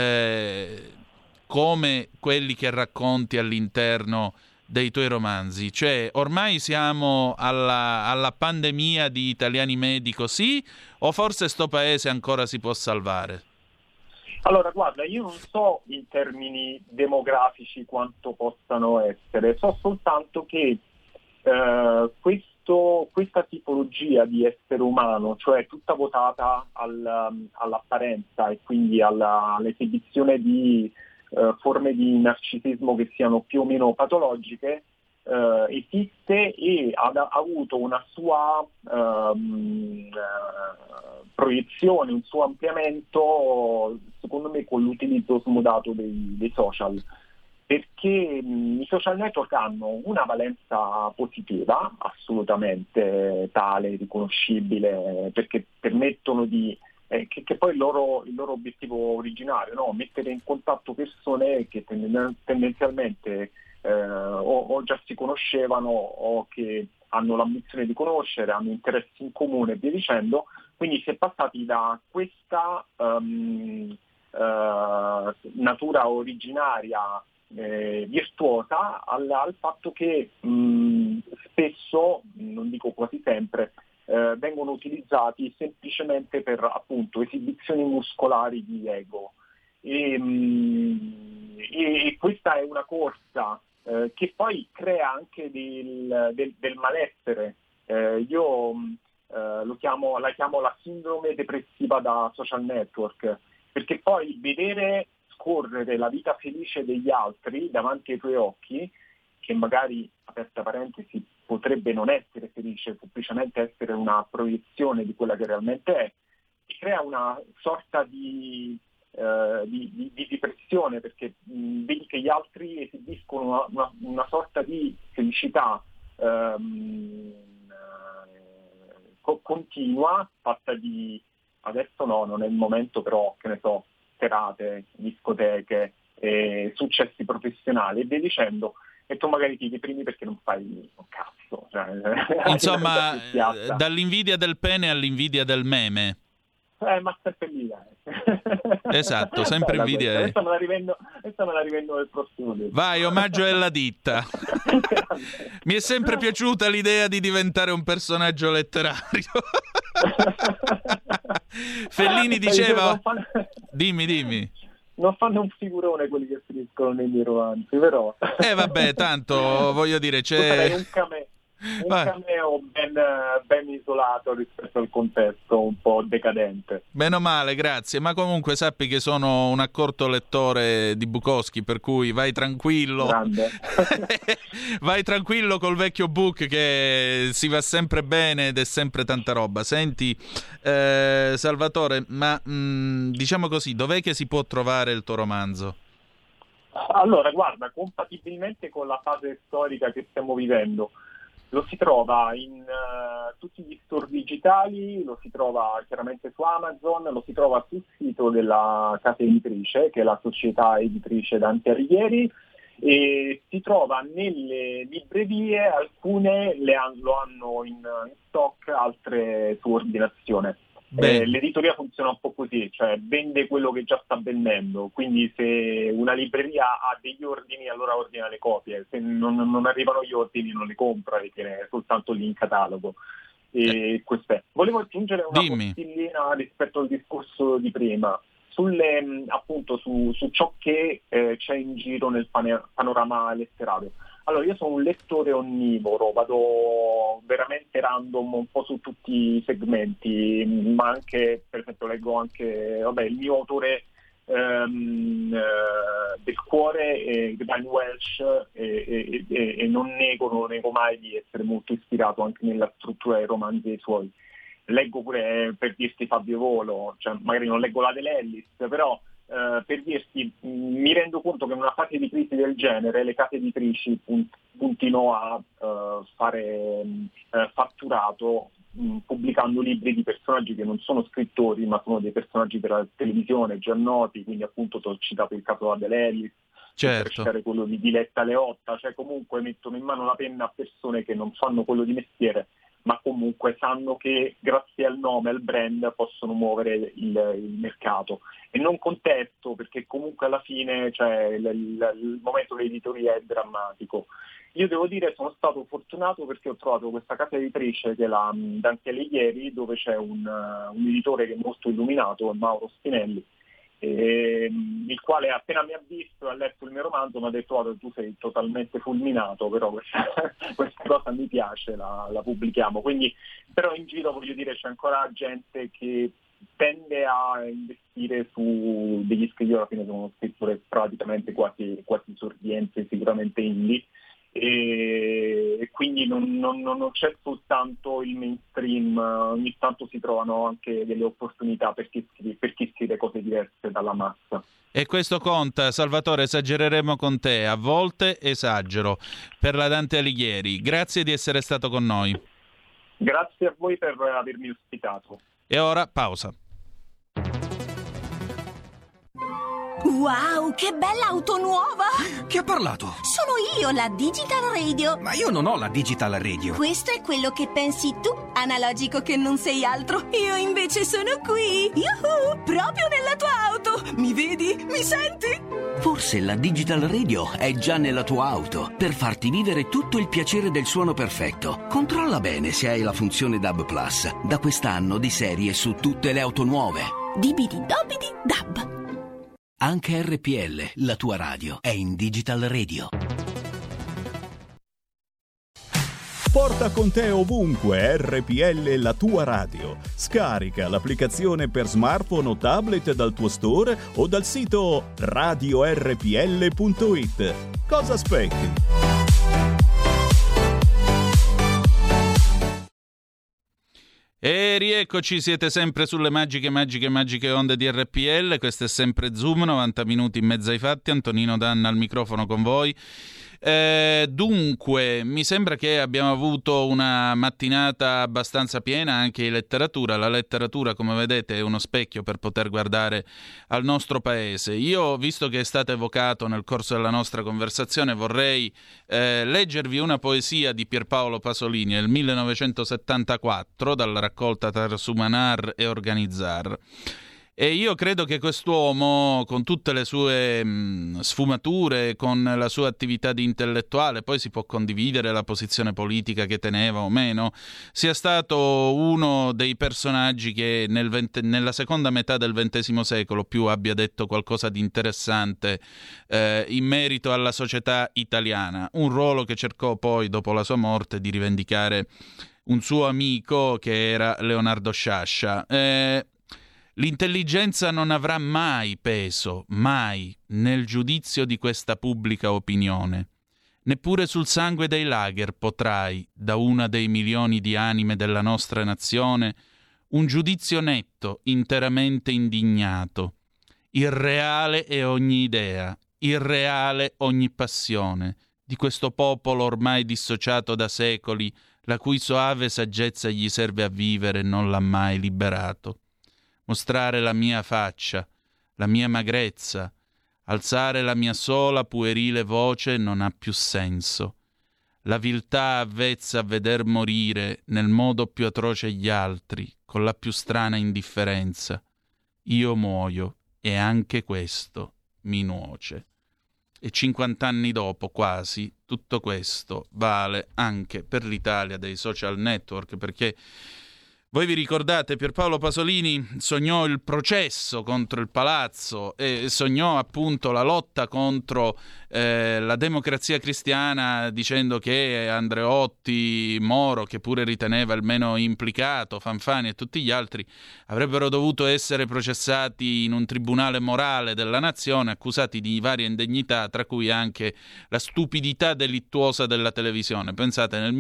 come quelli che racconti all'interno dei tuoi romanzi? Cioè, ormai siamo alla pandemia di italiani medi così, o forse sto paese ancora si può salvare? Allora, guarda, io non so in termini demografici quanto possano essere, so soltanto che questa tipologia di essere umano, cioè tutta votata all'apparenza e quindi all'esibizione di forme di narcisismo che siano più o meno patologiche, esiste e ha avuto una sua proiezione, un suo ampliamento, secondo me, con l'utilizzo smodato dei social, perché i social network hanno una valenza positiva, assolutamente tale, riconoscibile, perché permettono di che poi il loro obiettivo originario, no? Mettere in contatto persone che tendenzialmente o già si conoscevano o che hanno l'ambizione di conoscere, hanno interessi in comune e via dicendo. Quindi si è passati da questa natura originaria virtuosa al fatto che spesso, non dico quasi sempre, vengono utilizzati semplicemente per, appunto, esibizioni muscolari di ego. E questa è una corsa che poi crea anche del malessere. Io la chiamo la sindrome depressiva da social network, perché poi vedere scorrere la vita felice degli altri davanti ai tuoi occhi, che magari, aperta parentesi, potrebbe non essere felice, semplicemente essere una proiezione di quella che realmente è, crea una sorta di depressione, perché vedi che gli altri esibiscono una sorta di felicità continua, fatta di adesso no, non è il momento, però che ne so, serate, discoteche, successi professionali e via dicendo, e tu magari ti deprimi perché non fai un cazzo. Insomma, dall'invidia del pene all'invidia del meme. Ma sempre lì, Esatto, sempre invidia. Questa me la rivendo nel prossimo video. Vai, omaggio alla ditta. Mi è sempre piaciuta l'idea di diventare un personaggio letterario. Fellini diceva... Dimmi. non fanno un figurone quelli che finiscono nei miei romanzi, però... Vabbè, tanto, voglio dire, c'è... un cameo ben isolato rispetto al contesto un po' decadente. Meno male, grazie, ma comunque sappi che sono un accorto lettore di Bukowski, per cui vai tranquillo. Grande. Vai tranquillo col vecchio book, che si va sempre bene ed è sempre tanta roba. Senti, Salvatore, ma diciamo così, dov'è che si può trovare il tuo romanzo? Allora, guarda, compatibilmente con la fase storica che stiamo vivendo, lo si trova in tutti gli store digitali, lo si trova chiaramente su Amazon, lo si trova sul sito della casa editrice, che è la società editrice Dante Alighieri, e si trova nelle librerie, alcune lo hanno in stock, altre su ordinazione. L'editoria funziona un po' così, cioè vende quello che già sta vendendo, quindi se una libreria ha degli ordini allora ordina le copie, se non arrivano gli ordini non le compra e tiene soltanto lì in catalogo. E questo è. Volevo aggiungere una postillina rispetto al discorso di prima, appunto su ciò che c'è in giro nel panorama letterario. Allora, io sono un lettore onnivoro, vado veramente random un po' su tutti i segmenti, ma anche, per esempio, leggo anche il mio autore del cuore è Brian Welch, e non nego mai di essere molto ispirato anche nella struttura dei romanzi dei suoi. Leggo pure, per dirti, Fabio Volo, cioè magari non leggo la dell'Ellis, però per dirti, mi rendo conto che in una fase di crisi del genere le case editrici puntino a fare fatturato pubblicando libri di personaggi che non sono scrittori, ma sono dei personaggi della televisione già noti, quindi appunto ti ho citato il caso Adele Ellis, certo, per quello di Diletta Leotta, cioè comunque mettono in mano la penna a persone che non fanno quello di mestiere, ma comunque sanno che grazie al nome, al brand, possono muovere il mercato. E non contesto, perché comunque alla fine il momento dell'editoria è drammatico. Io devo dire sono stato fortunato perché ho trovato questa casa editrice che è la Dante Alighieri, dove c'è un editore che è molto illuminato, Mauro Spinelli, il quale appena mi ha visto e ha letto il mio romanzo mi ha detto: tu sei totalmente fulminato, però questa cosa mi piace, la pubblichiamo. Quindi, però in giro, voglio dire, c'è ancora gente che tende a investire su degli scrittori, alla fine sono uno scrittore praticamente quasi esordiente, sicuramente indie, e quindi non c'è soltanto il mainstream, ogni tanto si trovano anche delle opportunità per chi scrive cose diverse dalla massa. E questo conta, Salvatore, esagereremo con te, a volte esagero, per la Dante Alighieri. Grazie di essere stato con noi. Grazie a voi per avermi ospitato. E ora pausa. Wow, che bella auto nuova! Chi ha parlato? Sono io, la Digital Radio. Ma io non ho la Digital Radio. Questo è quello che pensi tu, analogico che non sei altro. Io invece sono qui, proprio nella tua auto. Mi vedi? Mi senti? Forse la Digital Radio è già nella tua auto per farti vivere tutto il piacere del suono perfetto. Controlla bene se hai la funzione DAB+, da quest'anno di serie su tutte le auto nuove. Dibidi dobidi dab. Anche RPL, la tua radio, è in Digital Radio. Porta con te ovunque RPL, la tua radio. Scarica l'applicazione per smartphone o tablet dal tuo store o dal sito radiorpl.it. Cosa aspetti? E rieccoci, siete sempre sulle magiche onde di RPL. Questo è sempre Zoom, 90 minuti in mezzo ai fatti. Antonino Danna al microfono con voi. Dunque, mi sembra che abbiamo avuto una mattinata abbastanza piena anche di letteratura. La letteratura, come vedete, è uno specchio per poter guardare al nostro paese. Io, visto che è stato evocato nel corso della nostra conversazione, vorrei leggervi una poesia di Pierpaolo Pasolini del 1974 dalla raccolta Tarsumanar e Organizzar. E io credo che quest'uomo, con tutte le sue sfumature, con la sua attività di intellettuale, poi si può condividere la posizione politica che teneva o meno, sia stato uno dei personaggi che nella seconda metà del XX secolo più abbia detto qualcosa di interessante in merito alla società italiana. Un ruolo che cercò poi, dopo la sua morte, di rivendicare un suo amico che era Leonardo Sciascia. L'intelligenza non avrà mai peso, mai, nel giudizio di questa pubblica opinione. Neppure sul sangue dei lager potrai, da una dei milioni di anime della nostra nazione, un giudizio netto, interamente indignato. Irreale è ogni idea, irreale ogni passione, di questo popolo ormai dissociato da secoli, la cui soave saggezza gli serve a vivere e non l'ha mai liberato. Mostrare la mia faccia, la mia magrezza, alzare la mia sola puerile voce non ha più senso. La viltà avvezza a veder morire nel modo più atroce gli altri, con la più strana indifferenza. Io muoio e anche questo mi nuoce. E 50 anni dopo, quasi, tutto questo vale anche per l'Italia dei social network, perché voi vi ricordate, Pierpaolo Pasolini sognò il processo contro il Palazzo e sognò appunto la lotta contro la Democrazia Cristiana, dicendo che Andreotti, Moro, che pure riteneva il meno implicato, Fanfani e tutti gli altri, avrebbero dovuto essere processati in un tribunale morale della nazione, accusati di varie indegnità, tra cui anche la stupidità delittuosa della televisione. Pensate, nel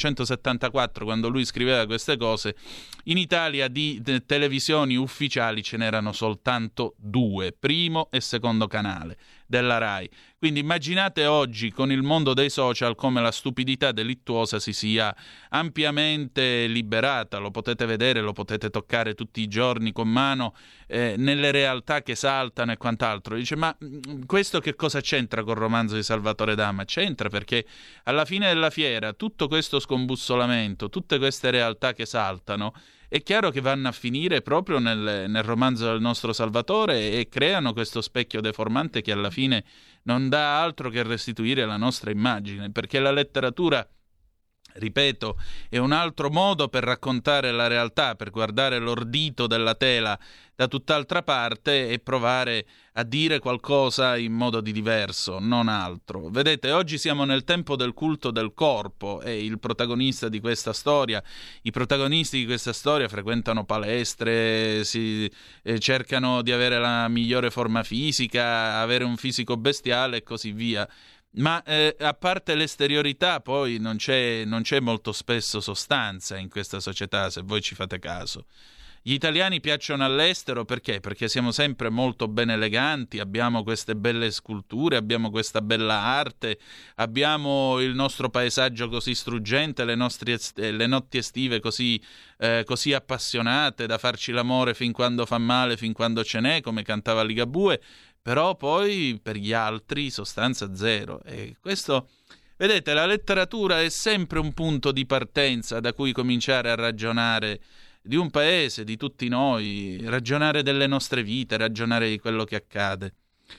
1974, quando lui scriveva queste cose, in Italia di televisioni ufficiali ce n'erano soltanto 2, primo e secondo canale della Rai. Quindi immaginate oggi, con il mondo dei social, come la stupidità delittuosa si sia ampiamente liberata. Lo potete vedere, lo potete toccare tutti i giorni con mano nelle realtà che saltano e quant'altro. Dice, ma questo che cosa c'entra col romanzo di Salvatore D'Ama? C'entra perché alla fine della fiera tutto questo scombussolamento, tutte queste realtà che saltano, è chiaro che vanno a finire proprio nel romanzo del nostro Salvatore e creano questo specchio deformante che alla fine non dà altro che restituire la nostra immagine, perché la letteratura, ripeto, è un altro modo per raccontare la realtà, per guardare l'ordito della tela da tutt'altra parte e provare a dire qualcosa in modo di diverso, non altro. Vedete, oggi siamo nel tempo del culto del corpo e il protagonista di questa storia, i protagonisti di questa storia frequentano palestre, cercano di avere la migliore forma fisica, avere un fisico bestiale e così via. Ma a parte l'esteriorità poi non c'è molto spesso sostanza in questa società, se voi ci fate caso. Gli italiani piacciono all'estero perché? Perché siamo sempre molto ben eleganti, abbiamo queste belle sculture, abbiamo questa bella arte, abbiamo il nostro paesaggio così struggente, le notti estive così appassionate da farci l'amore fin quando fa male, fin quando ce n'è, come cantava Ligabue. Però poi per gli altri sostanza zero. E questo, vedete, la letteratura è sempre un punto di partenza da cui cominciare a ragionare di un paese, di tutti noi, ragionare delle nostre vite, ragionare di quello che accade.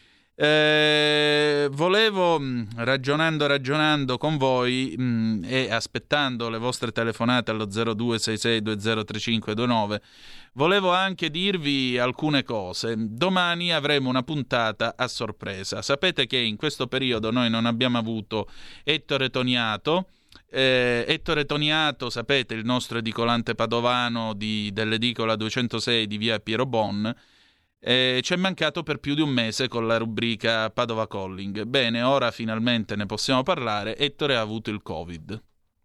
Volevo, ragionando con voi e aspettando le vostre telefonate allo 0266203529, volevo anche dirvi alcune cose. Domani avremo una puntata a sorpresa. Sapete che in questo periodo noi non abbiamo avuto Ettore Toniato. Ettore Toniato, sapete, il nostro edicolante padovano dell'edicola 206 di via Piero Bon, ci è mancato per più di un mese con la rubrica Padova Calling. Bene, ora finalmente ne possiamo parlare. Ettore ha avuto il Covid.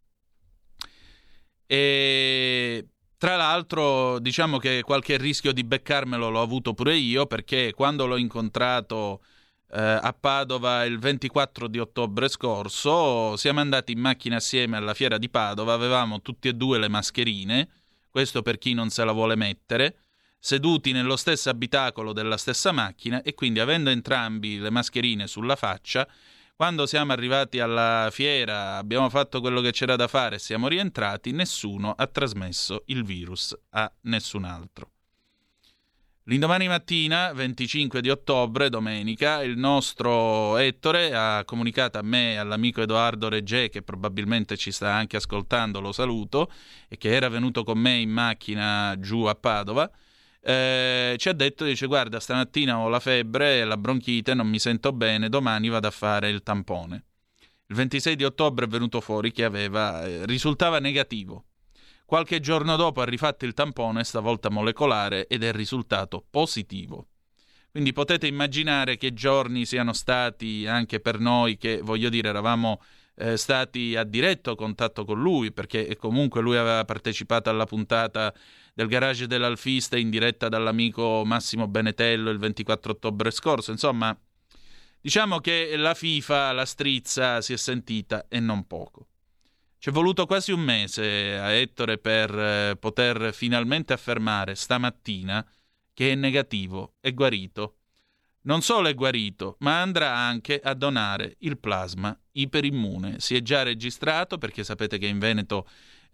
E tra l'altro diciamo che qualche rischio di beccarmelo l'ho avuto pure io, perché quando l'ho incontrato a Padova il 24 di ottobre scorso siamo andati in macchina assieme alla fiera di Padova, avevamo tutti e due le mascherine, questo per chi non se la vuole mettere, seduti nello stesso abitacolo della stessa macchina, e quindi avendo entrambi le mascherine sulla faccia, quando siamo arrivati alla fiera abbiamo fatto quello che c'era da fare e siamo rientrati, nessuno ha trasmesso il virus a nessun altro. L'indomani mattina, 25 di ottobre, domenica, il nostro Ettore ha comunicato a me e all'amico Edoardo Reggè, che probabilmente ci sta anche ascoltando, lo saluto, e che era venuto con me in macchina giù a Padova. Ci ha detto, dice: guarda, stamattina ho la febbre e la bronchite, non mi sento bene, domani vado a fare il tampone. Il 26 di ottobre è venuto fuori che risultava negativo. Qualche giorno dopo ha rifatto il tampone, stavolta molecolare, ed è risultato positivo. Quindi potete immaginare che giorni siano stati anche per noi, che voglio dire eravamo stati a diretto contatto con lui, perché comunque lui aveva partecipato alla puntata del Garage dell'Alfista in diretta dall'amico Massimo Benetello il 24 ottobre scorso. Insomma, diciamo che la FIFA, la strizza, si è sentita e non poco. Ci è voluto quasi un mese a Ettore per poter finalmente affermare stamattina che è negativo, è guarito. Non solo è guarito, ma andrà anche a donare il plasma iperimmune. Si è già registrato, perché sapete che in Veneto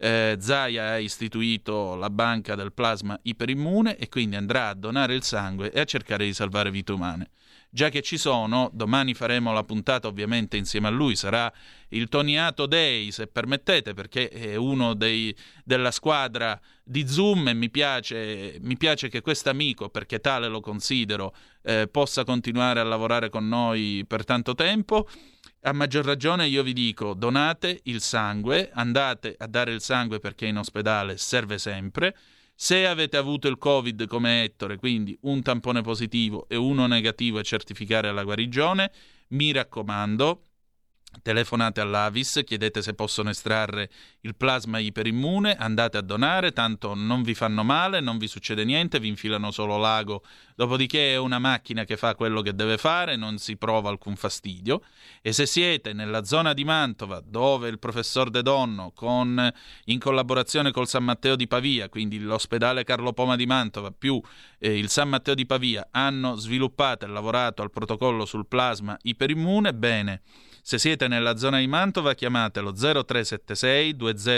Zaia ha istituito la banca del plasma iperimmune, e quindi andrà a donare il sangue e a cercare di salvare vite umane. Già che ci sono, domani faremo la puntata ovviamente insieme a lui, sarà il Toniato Day, se permettete, perché è uno della squadra di Zoom, e mi piace che quest'amico, perché tale lo considero, possa continuare a lavorare con noi per tanto tempo. A maggior ragione io vi dico: donate il sangue, andate a dare il sangue, perché in ospedale serve sempre. Se avete avuto il Covid come Ettore, quindi un tampone positivo e uno negativo a certificare la guarigione, mi raccomando, telefonate all'Avis, chiedete se possono estrarre il plasma iperimmune, andate a donare, tanto non vi fanno male, non vi succede niente, vi infilano solo l'ago, dopodiché è una macchina che fa quello che deve fare, non si prova alcun fastidio. E se siete nella zona di Mantova, dove il professor De Donno, in collaborazione col San Matteo di Pavia, quindi l'ospedale Carlo Poma di Mantova più il San Matteo di Pavia, hanno sviluppato e lavorato al protocollo sul plasma iperimmune, bene. Se siete nella zona di Mantova, chiamatelo 0376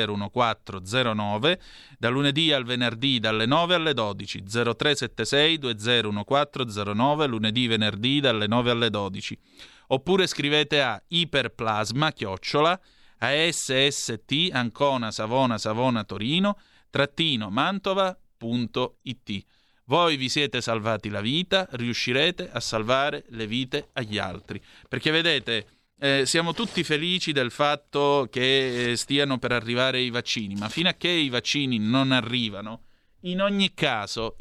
201409, da lunedì al venerdì dalle 9 alle 12, 0376 201409, lunedì, venerdì dalle 9 alle 12. Oppure scrivete a iperplasma@ASST Ancona Savona Savona Torino -mantova.it. Voi vi siete salvati la vita, riuscirete a salvare le vite agli altri, perché vedete, siamo tutti felici del fatto che stiano per arrivare i vaccini, ma fino a che i vaccini non arrivano, in ogni caso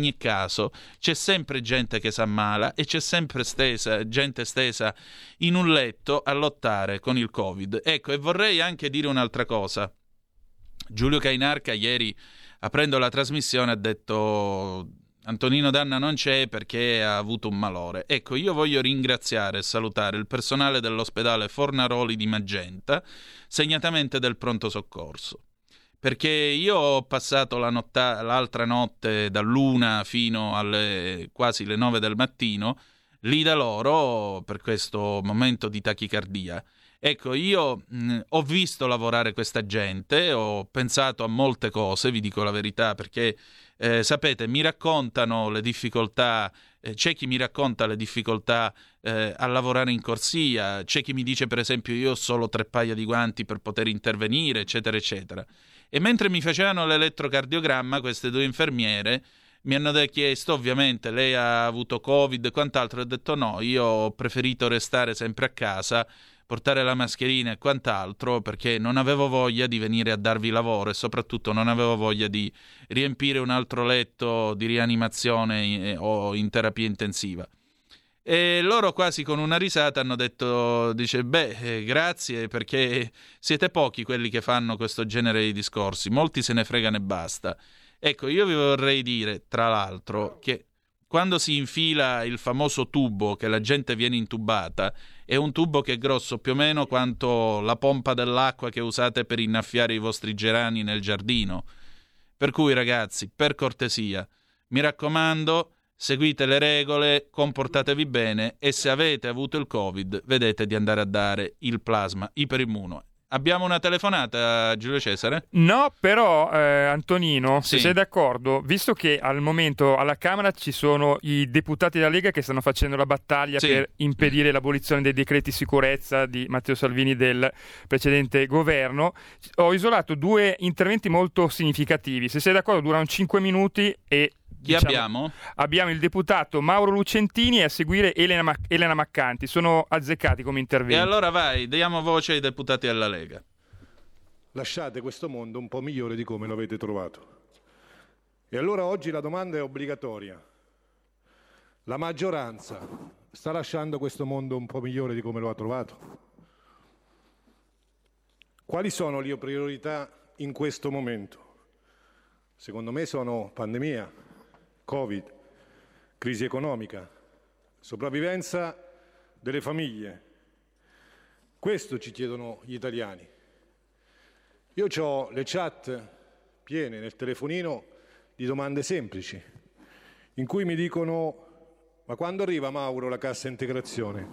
c'è sempre gente che s'ammala e c'è sempre gente stesa in un letto a lottare con il Covid. Ecco, e vorrei anche dire un'altra cosa. Giulio Cainarca ieri, aprendo la trasmissione, ha detto: Antonino Danna non c'è perché ha avuto un malore. Ecco, io voglio ringraziare e salutare il personale dell'ospedale Fornaroli di Magenta, segnatamente del pronto soccorso, perché io ho passato l'altra notte dall'1 fino alle quasi le 9 del mattino lì da loro per questo momento di tachicardia. Ecco, io ho visto lavorare questa gente, ho pensato a molte cose, vi dico la verità, perché sapete, mi raccontano le difficoltà, c'è chi mi racconta le difficoltà a lavorare in corsia, c'è chi mi dice per esempio io ho solo 3 paia di guanti per poter intervenire, eccetera eccetera. E mentre mi facevano l'elettrocardiogramma, queste 2 infermiere mi hanno chiesto, ovviamente lei ha avuto Covid e quant'altro, ho detto no, io ho preferito restare sempre a casa, portare la mascherina e quant'altro, perché non avevo voglia di venire a darvi lavoro e soprattutto non avevo voglia di riempire un altro letto di rianimazione o in terapia intensiva. E loro quasi con una risata hanno detto, grazie, perché siete pochi quelli che fanno questo genere di discorsi, molti se ne fregano e basta. Ecco, io vi vorrei dire, tra l'altro, che quando si infila il famoso tubo che la gente viene intubata, è un tubo che è grosso più o meno quanto la pompa dell'acqua che usate per innaffiare i vostri gerani nel giardino. Per cui, ragazzi, per cortesia, mi raccomando, seguite le regole, comportatevi bene e se avete avuto il Covid, vedete di andare a dare il plasma iperimmune Abbiamo una telefonata, Giulio Cesare? No, però Antonino, Sì. se sei d'accordo, visto che al momento alla Camera ci sono i deputati della Lega che stanno facendo la battaglia Sì. per impedire l'abolizione dei decreti sicurezza di Matteo Salvini del precedente governo, ho isolato 2 interventi molto significativi. Se sei d'accordo, durano 5 minuti e... Chi abbiamo? Abbiamo il deputato Mauro Lucentini e a seguire Elena Maccanti. Sono azzeccati come interventi. E allora vai, diamo voce ai deputati della Lega. Lasciate questo mondo un po' migliore di come lo avete trovato. E allora oggi la domanda è obbligatoria. La maggioranza sta lasciando questo mondo un po' migliore di come lo ha trovato? Quali sono le priorità in questo momento? Secondo me sono pandemia, Covid, crisi economica, sopravvivenza delle famiglie. Questo ci chiedono gli italiani. Io ho le chat piene nel telefonino di domande semplici, in cui mi dicono: ma quando arriva, Mauro, la cassa integrazione?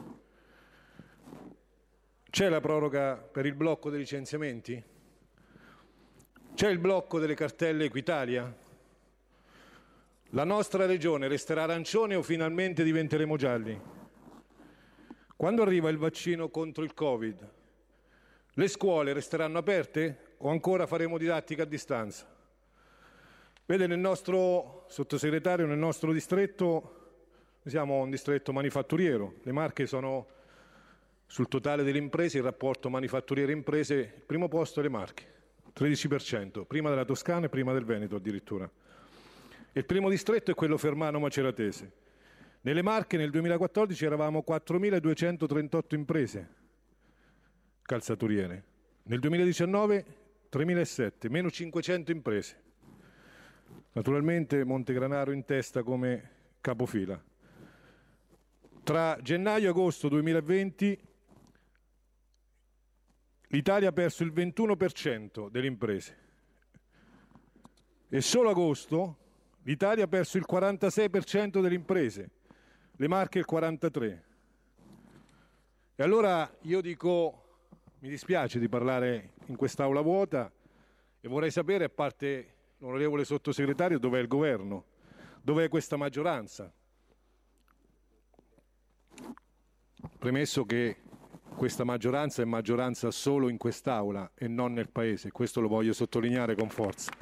C'è la proroga per il blocco dei licenziamenti? C'è il blocco delle cartelle Equitalia? La nostra regione resterà arancione o finalmente diventeremo gialli? Quando arriva il vaccino contro il Covid, le scuole resteranno aperte o ancora faremo didattica a distanza? Vede, nel nostro sottosegretario, nel nostro distretto, siamo un distretto manifatturiero. Le Marche sono sul totale delle imprese, il rapporto manifatturiere-imprese, il primo posto è le Marche, 13%, prima della Toscana e prima del Veneto addirittura. Il primo distretto è quello fermano-maceratese. Nelle Marche nel 2014 eravamo 4.238 imprese calzaturiere. Nel 2019 3.007, meno 500 imprese. Naturalmente Montegranaro in testa come capofila. Tra gennaio e agosto 2020 l'Italia ha perso il 21% delle imprese e solo agosto l'Italia ha perso il 46% delle imprese, le Marche il 43%. E allora io dico, mi dispiace di parlare in quest'aula vuota e vorrei sapere, a parte l'onorevole sottosegretario, dov'è il governo, dov'è questa maggioranza. Premesso che questa maggioranza è maggioranza solo in quest'aula e non nel Paese, questo lo voglio sottolineare con forza.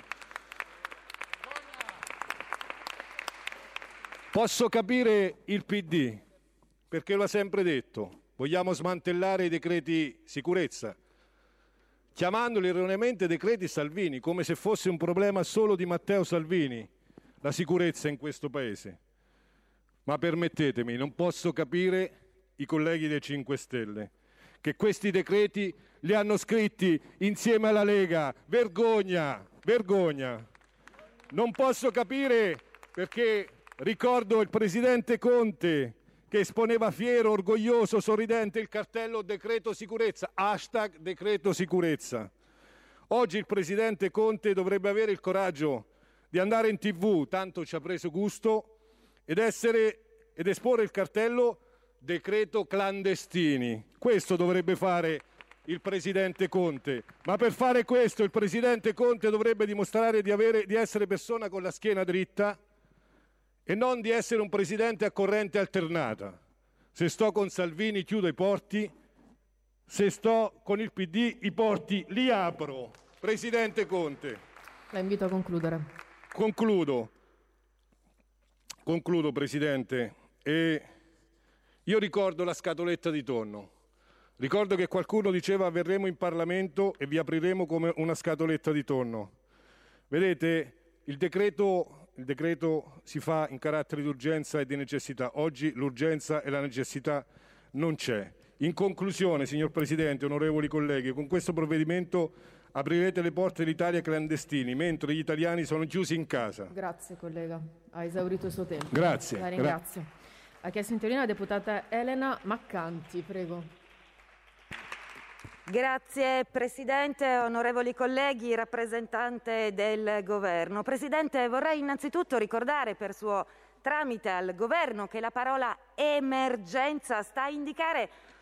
Posso capire il PD, perché lo ha sempre detto, vogliamo smantellare i decreti sicurezza, chiamandoli erroneamente decreti Salvini, come se fosse un problema solo di Matteo Salvini, la sicurezza in questo Paese. Ma permettetemi, non posso capire i colleghi dei 5 Stelle, che questi decreti li hanno scritti insieme alla Lega. Vergogna, vergogna. Non posso capire perché ricordo il presidente Conte che esponeva fiero, orgoglioso, sorridente il cartello decreto sicurezza, hashtag decreto sicurezza. Oggi il presidente Conte dovrebbe avere il coraggio di andare in TV, tanto ci ha preso gusto, ed esporre il cartello decreto clandestini. Questo dovrebbe fare il presidente Conte, ma per fare questo il presidente Conte dovrebbe dimostrare di essere persona con la schiena dritta e non di essere un presidente a corrente alternata. Se sto con Salvini chiudo i porti, se sto con il PD i porti li apro. Presidente Conte. La invito a concludere. Concludo, Presidente. E io ricordo la scatoletta di tonno. Ricordo che qualcuno diceva verremo in Parlamento e vi apriremo come una scatoletta di tonno. Vedete, il decreto si fa in carattere di urgenza e di necessità. Oggi l'urgenza e la necessità non c'è. In conclusione, signor Presidente, onorevoli colleghi, con questo provvedimento aprirete le porte dell'Italia ai clandestini, mentre gli italiani sono chiusi in casa. Grazie collega, ha esaurito il suo tempo. Grazie. La ringrazio. Ha chiesto in teoria la deputata Elena Maccanti, prego. Grazie Presidente, onorevoli colleghi, rappresentante del Governo. Presidente, vorrei innanzitutto ricordare per suo tramite al Governo che la parola emergenza sta a indicare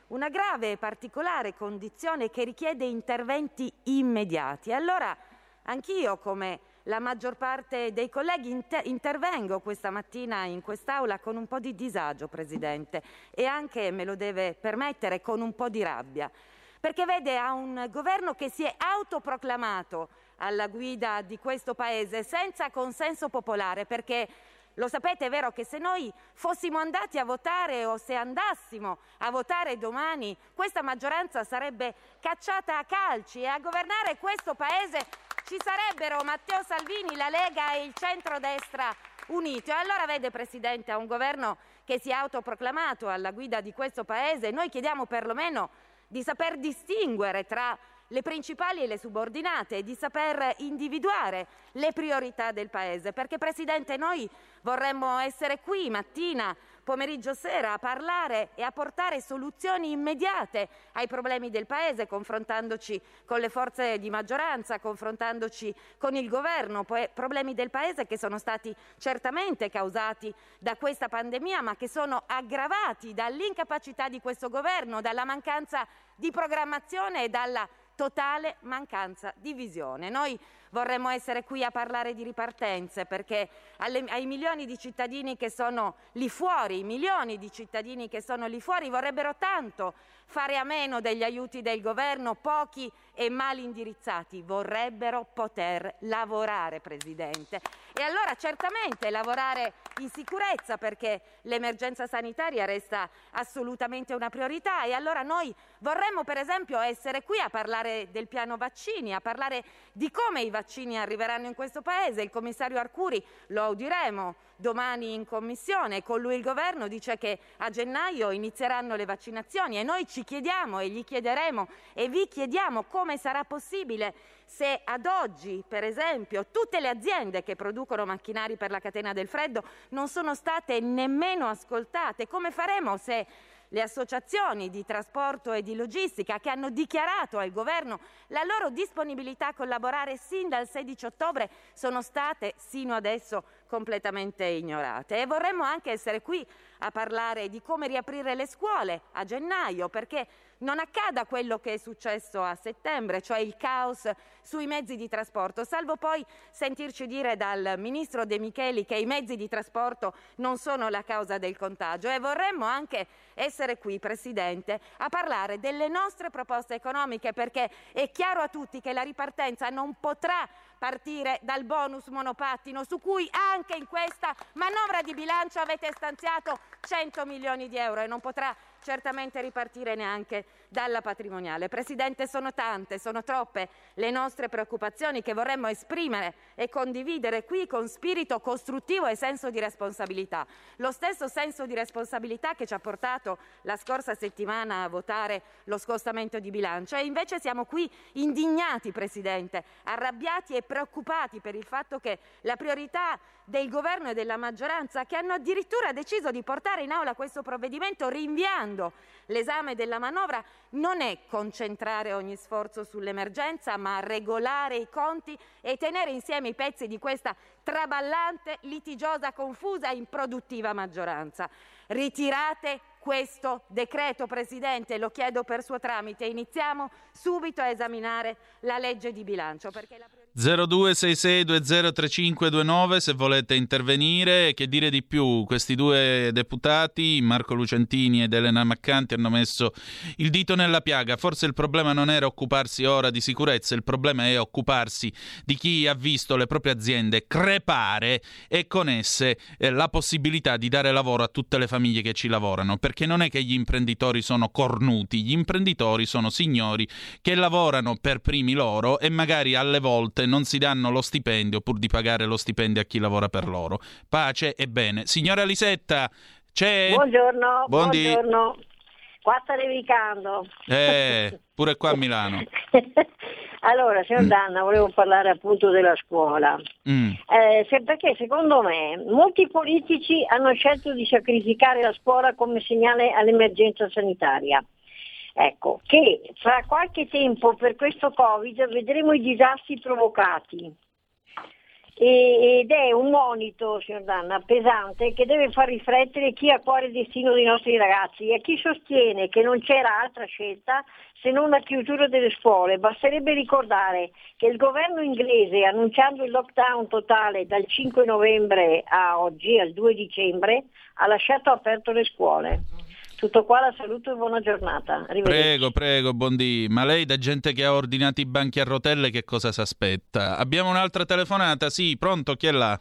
una grave e particolare condizione che richiede interventi immediati. Allora anch'io, come la maggior parte dei colleghi, intervengo questa mattina in quest'Aula con un po' di disagio, Presidente, e anche, me lo deve permettere, con un po' di rabbia. Perché vede, a un governo che si è autoproclamato alla guida di questo Paese senza consenso popolare, perché lo sapete, è vero che se noi fossimo andati a votare o se andassimo a votare domani, questa maggioranza sarebbe cacciata a calci e a governare questo Paese ci sarebbero Matteo Salvini, la Lega e il centrodestra uniti. Allora vede, Presidente, a un governo che si è autoproclamato alla guida di questo Paese, noi chiediamo perlomeno di saper distinguere tra le principali e le subordinate e di saper individuare le priorità del Paese, perché Presidente noi vorremmo essere qui mattina, pomeriggio, sera a parlare e a portare soluzioni immediate ai problemi del Paese, confrontandoci con le forze di maggioranza, confrontandoci con il governo, problemi del Paese che sono stati certamente causati da questa pandemia, ma che sono aggravati dall'incapacità di questo governo, dalla mancanza di programmazione e dalla totale mancanza di visione. Noi vorremmo essere qui a parlare di ripartenze perché ai milioni di cittadini che sono lì fuori, milioni di cittadini che sono lì fuori vorrebbero tanto fare a meno degli aiuti del governo, pochi e mal indirizzati, vorrebbero poter lavorare, Presidente. E allora certamente lavorare in sicurezza, perché l'emergenza sanitaria resta assolutamente una priorità, e allora noi vorremmo per esempio essere qui a parlare del piano vaccini, a parlare di come i vaccini arriveranno in questo Paese. Il commissario Arcuri lo audiremo domani in commissione, con lui il governo dice che a gennaio inizieranno le vaccinazioni e noi ci chiediamo e gli chiederemo e vi chiediamo come sarà possibile se ad oggi, per esempio, tutte le aziende che producono macchinari per la catena del freddo non sono state nemmeno ascoltate. Come faremo se le associazioni di trasporto e di logistica, che hanno dichiarato al governo la loro disponibilità a collaborare sin dal 16 ottobre, sono state sino adesso completamente ignorate? E vorremmo anche essere qui a parlare di come riaprire le scuole a gennaio, perché non accada quello che è successo a settembre, cioè il caos sui mezzi di trasporto, salvo poi sentirci dire dal ministro De Micheli che i mezzi di trasporto non sono la causa del contagio. E vorremmo anche essere qui, Presidente, a parlare delle nostre proposte economiche, perché è chiaro a tutti che la ripartenza non potrà partire dal bonus monopattino, su cui anche in questa manovra di bilancio avete stanziato 100 milioni di euro, e non potrà certamente ripartire neanche dalla patrimoniale. Presidente, sono tante, sono troppe le nostre preoccupazioni che vorremmo esprimere e condividere qui con spirito costruttivo e senso di responsabilità. Lo stesso senso di responsabilità che ci ha portato la scorsa settimana a votare lo scostamento di bilancio. E invece siamo qui indignati, Presidente, arrabbiati e preoccupati per il fatto che la priorità del governo e della maggioranza, che hanno addirittura deciso di portare in aula questo provvedimento rinviando l'esame della manovra, non è concentrare ogni sforzo sull'emergenza, ma regolare i conti e tenere insieme i pezzi di questa traballante, litigiosa, confusa e improduttiva maggioranza. Ritirate questo decreto, Presidente, lo chiedo per suo tramite. Iniziamo subito a esaminare la legge di bilancio, perché la 0266203529 se volete intervenire. Che dire di più? Questi due deputati, Marco Lucentini ed Elena Maccanti, hanno messo il dito nella piaga. Forse il problema non era occuparsi ora di sicurezza, il problema è occuparsi di chi ha visto le proprie aziende crepare e con esse la possibilità di dare lavoro a tutte le famiglie che ci lavorano, perché non è che gli imprenditori sono cornuti, gli imprenditori sono signori che lavorano per primi loro e magari alle volte non si danno lo stipendio pur di pagare lo stipendio a chi lavora per loro. Pace e bene. Signora Lisetta, c'è? Buongiorno, buongiorno. Qua sta nevicando. Pure qua a Milano. Allora, signor Danna, volevo parlare appunto della scuola. Perché secondo me molti politici hanno scelto di sacrificare la scuola come segnale all'emergenza sanitaria. Ecco, che fra qualche tempo per questo Covid vedremo i disastri provocati. ed è un monito, signor Danna, pesante, che deve far riflettere chi ha a cuore il destino dei nostri ragazzi e a chi sostiene che non c'era altra scelta se non la chiusura delle scuole. Basterebbe ricordare che il governo inglese, annunciando il lockdown totale dal 5 novembre a oggi, al 2 dicembre, ha lasciato aperto le scuole. Tutto qua, la saluto e buona giornata. Prego, Bondi. Ma lei, da gente che ha ordinato i banchi a rotelle, che cosa si aspetta? Abbiamo un'altra telefonata? Sì, pronto? Chi è là?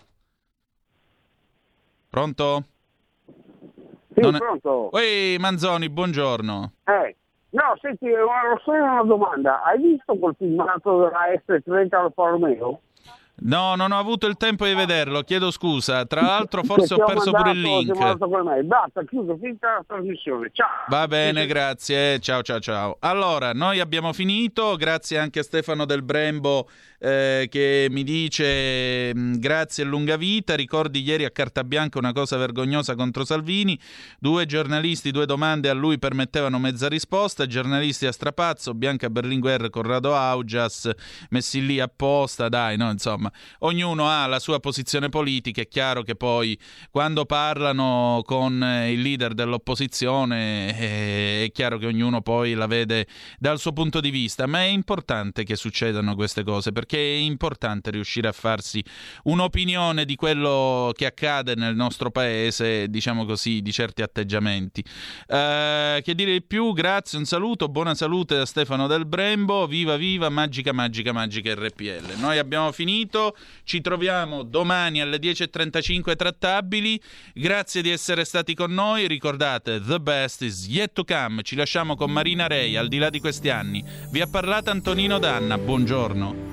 Pronto? Sì, pronto. Ehi, Manzoni, buongiorno. No, senti, ho solo una domanda. Hai visto quel filmato della S30 Alfa Romeo? No, non ho avuto il tempo di vederlo, chiedo scusa. Tra l'altro forse ho perso pure il link. Basta, chiuso, finita la trasmissione. Ciao. Va bene, grazie. Ciao. Allora, noi abbiamo finito. Grazie anche a Stefano Del Brembo che mi dice grazie e lunga vita. Ricordi ieri a Carta Bianca una cosa vergognosa contro Salvini. 2 giornalisti, 2 domande a lui permettevano mezza risposta. Giornalisti a strapazzo, Bianca Berlinguer, Corrado Augias, messi lì apposta, dai, no, insomma. Ognuno ha la sua posizione politica, è chiaro che poi quando parlano con il leader dell'opposizione è chiaro che ognuno poi la vede dal suo punto di vista, ma è importante che succedano queste cose perché è importante riuscire a farsi un'opinione di quello che accade nel nostro paese, diciamo così, di certi atteggiamenti. Che dire di più? Grazie, un saluto, buona salute da Stefano Del Brembo, viva magica RPL. Noi abbiamo finito. Ci troviamo domani alle 10.35 trattabili. Grazie di essere stati con noi. Ricordate, the best is yet to come. Ci lasciamo con Marina Rei, Al di là di questi anni. Vi ha parlato Antonino Danna. Buongiorno.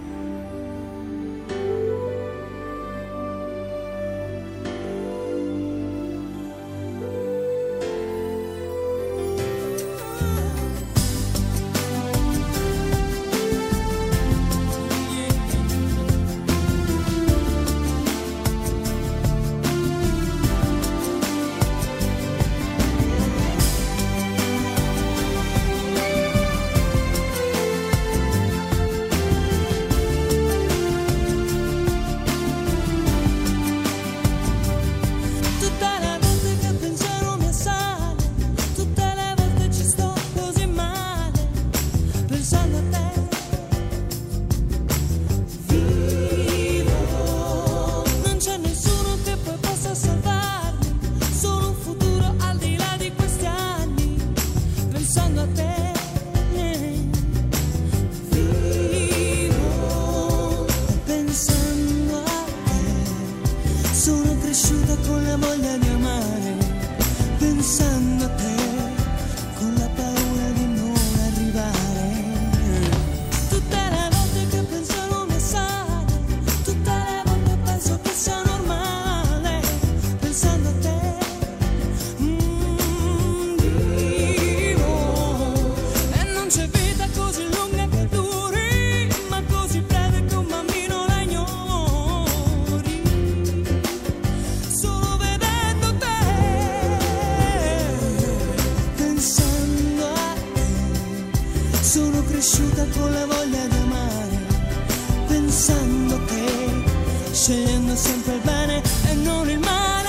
scegliendo sempre il bene e non il male.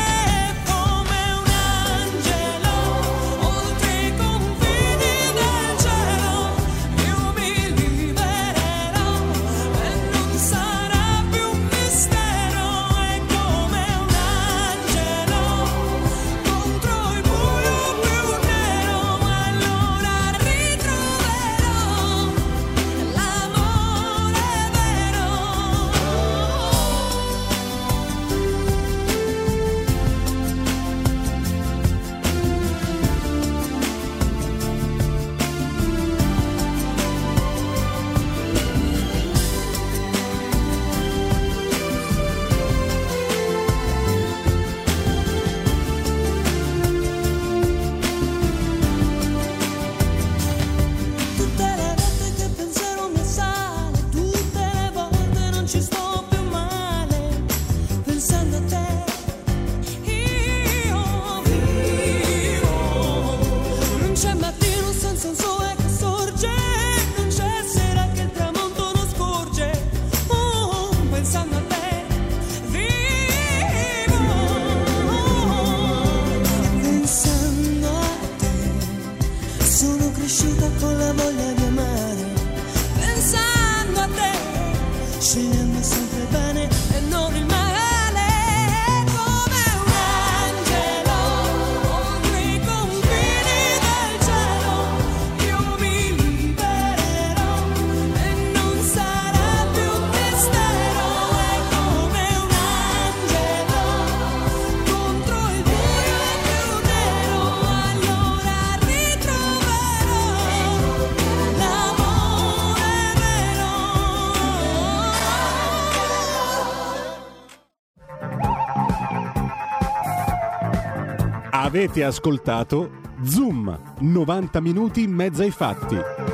Come un angelo, oltre i confini del cielo, io mi libererò e non sarà più un mistero. È come un angelo, contro il buio più nero, allora ritroverò l'amore vero. Avete ascoltato Zoom, 90 minuti in mezzo ai fatti.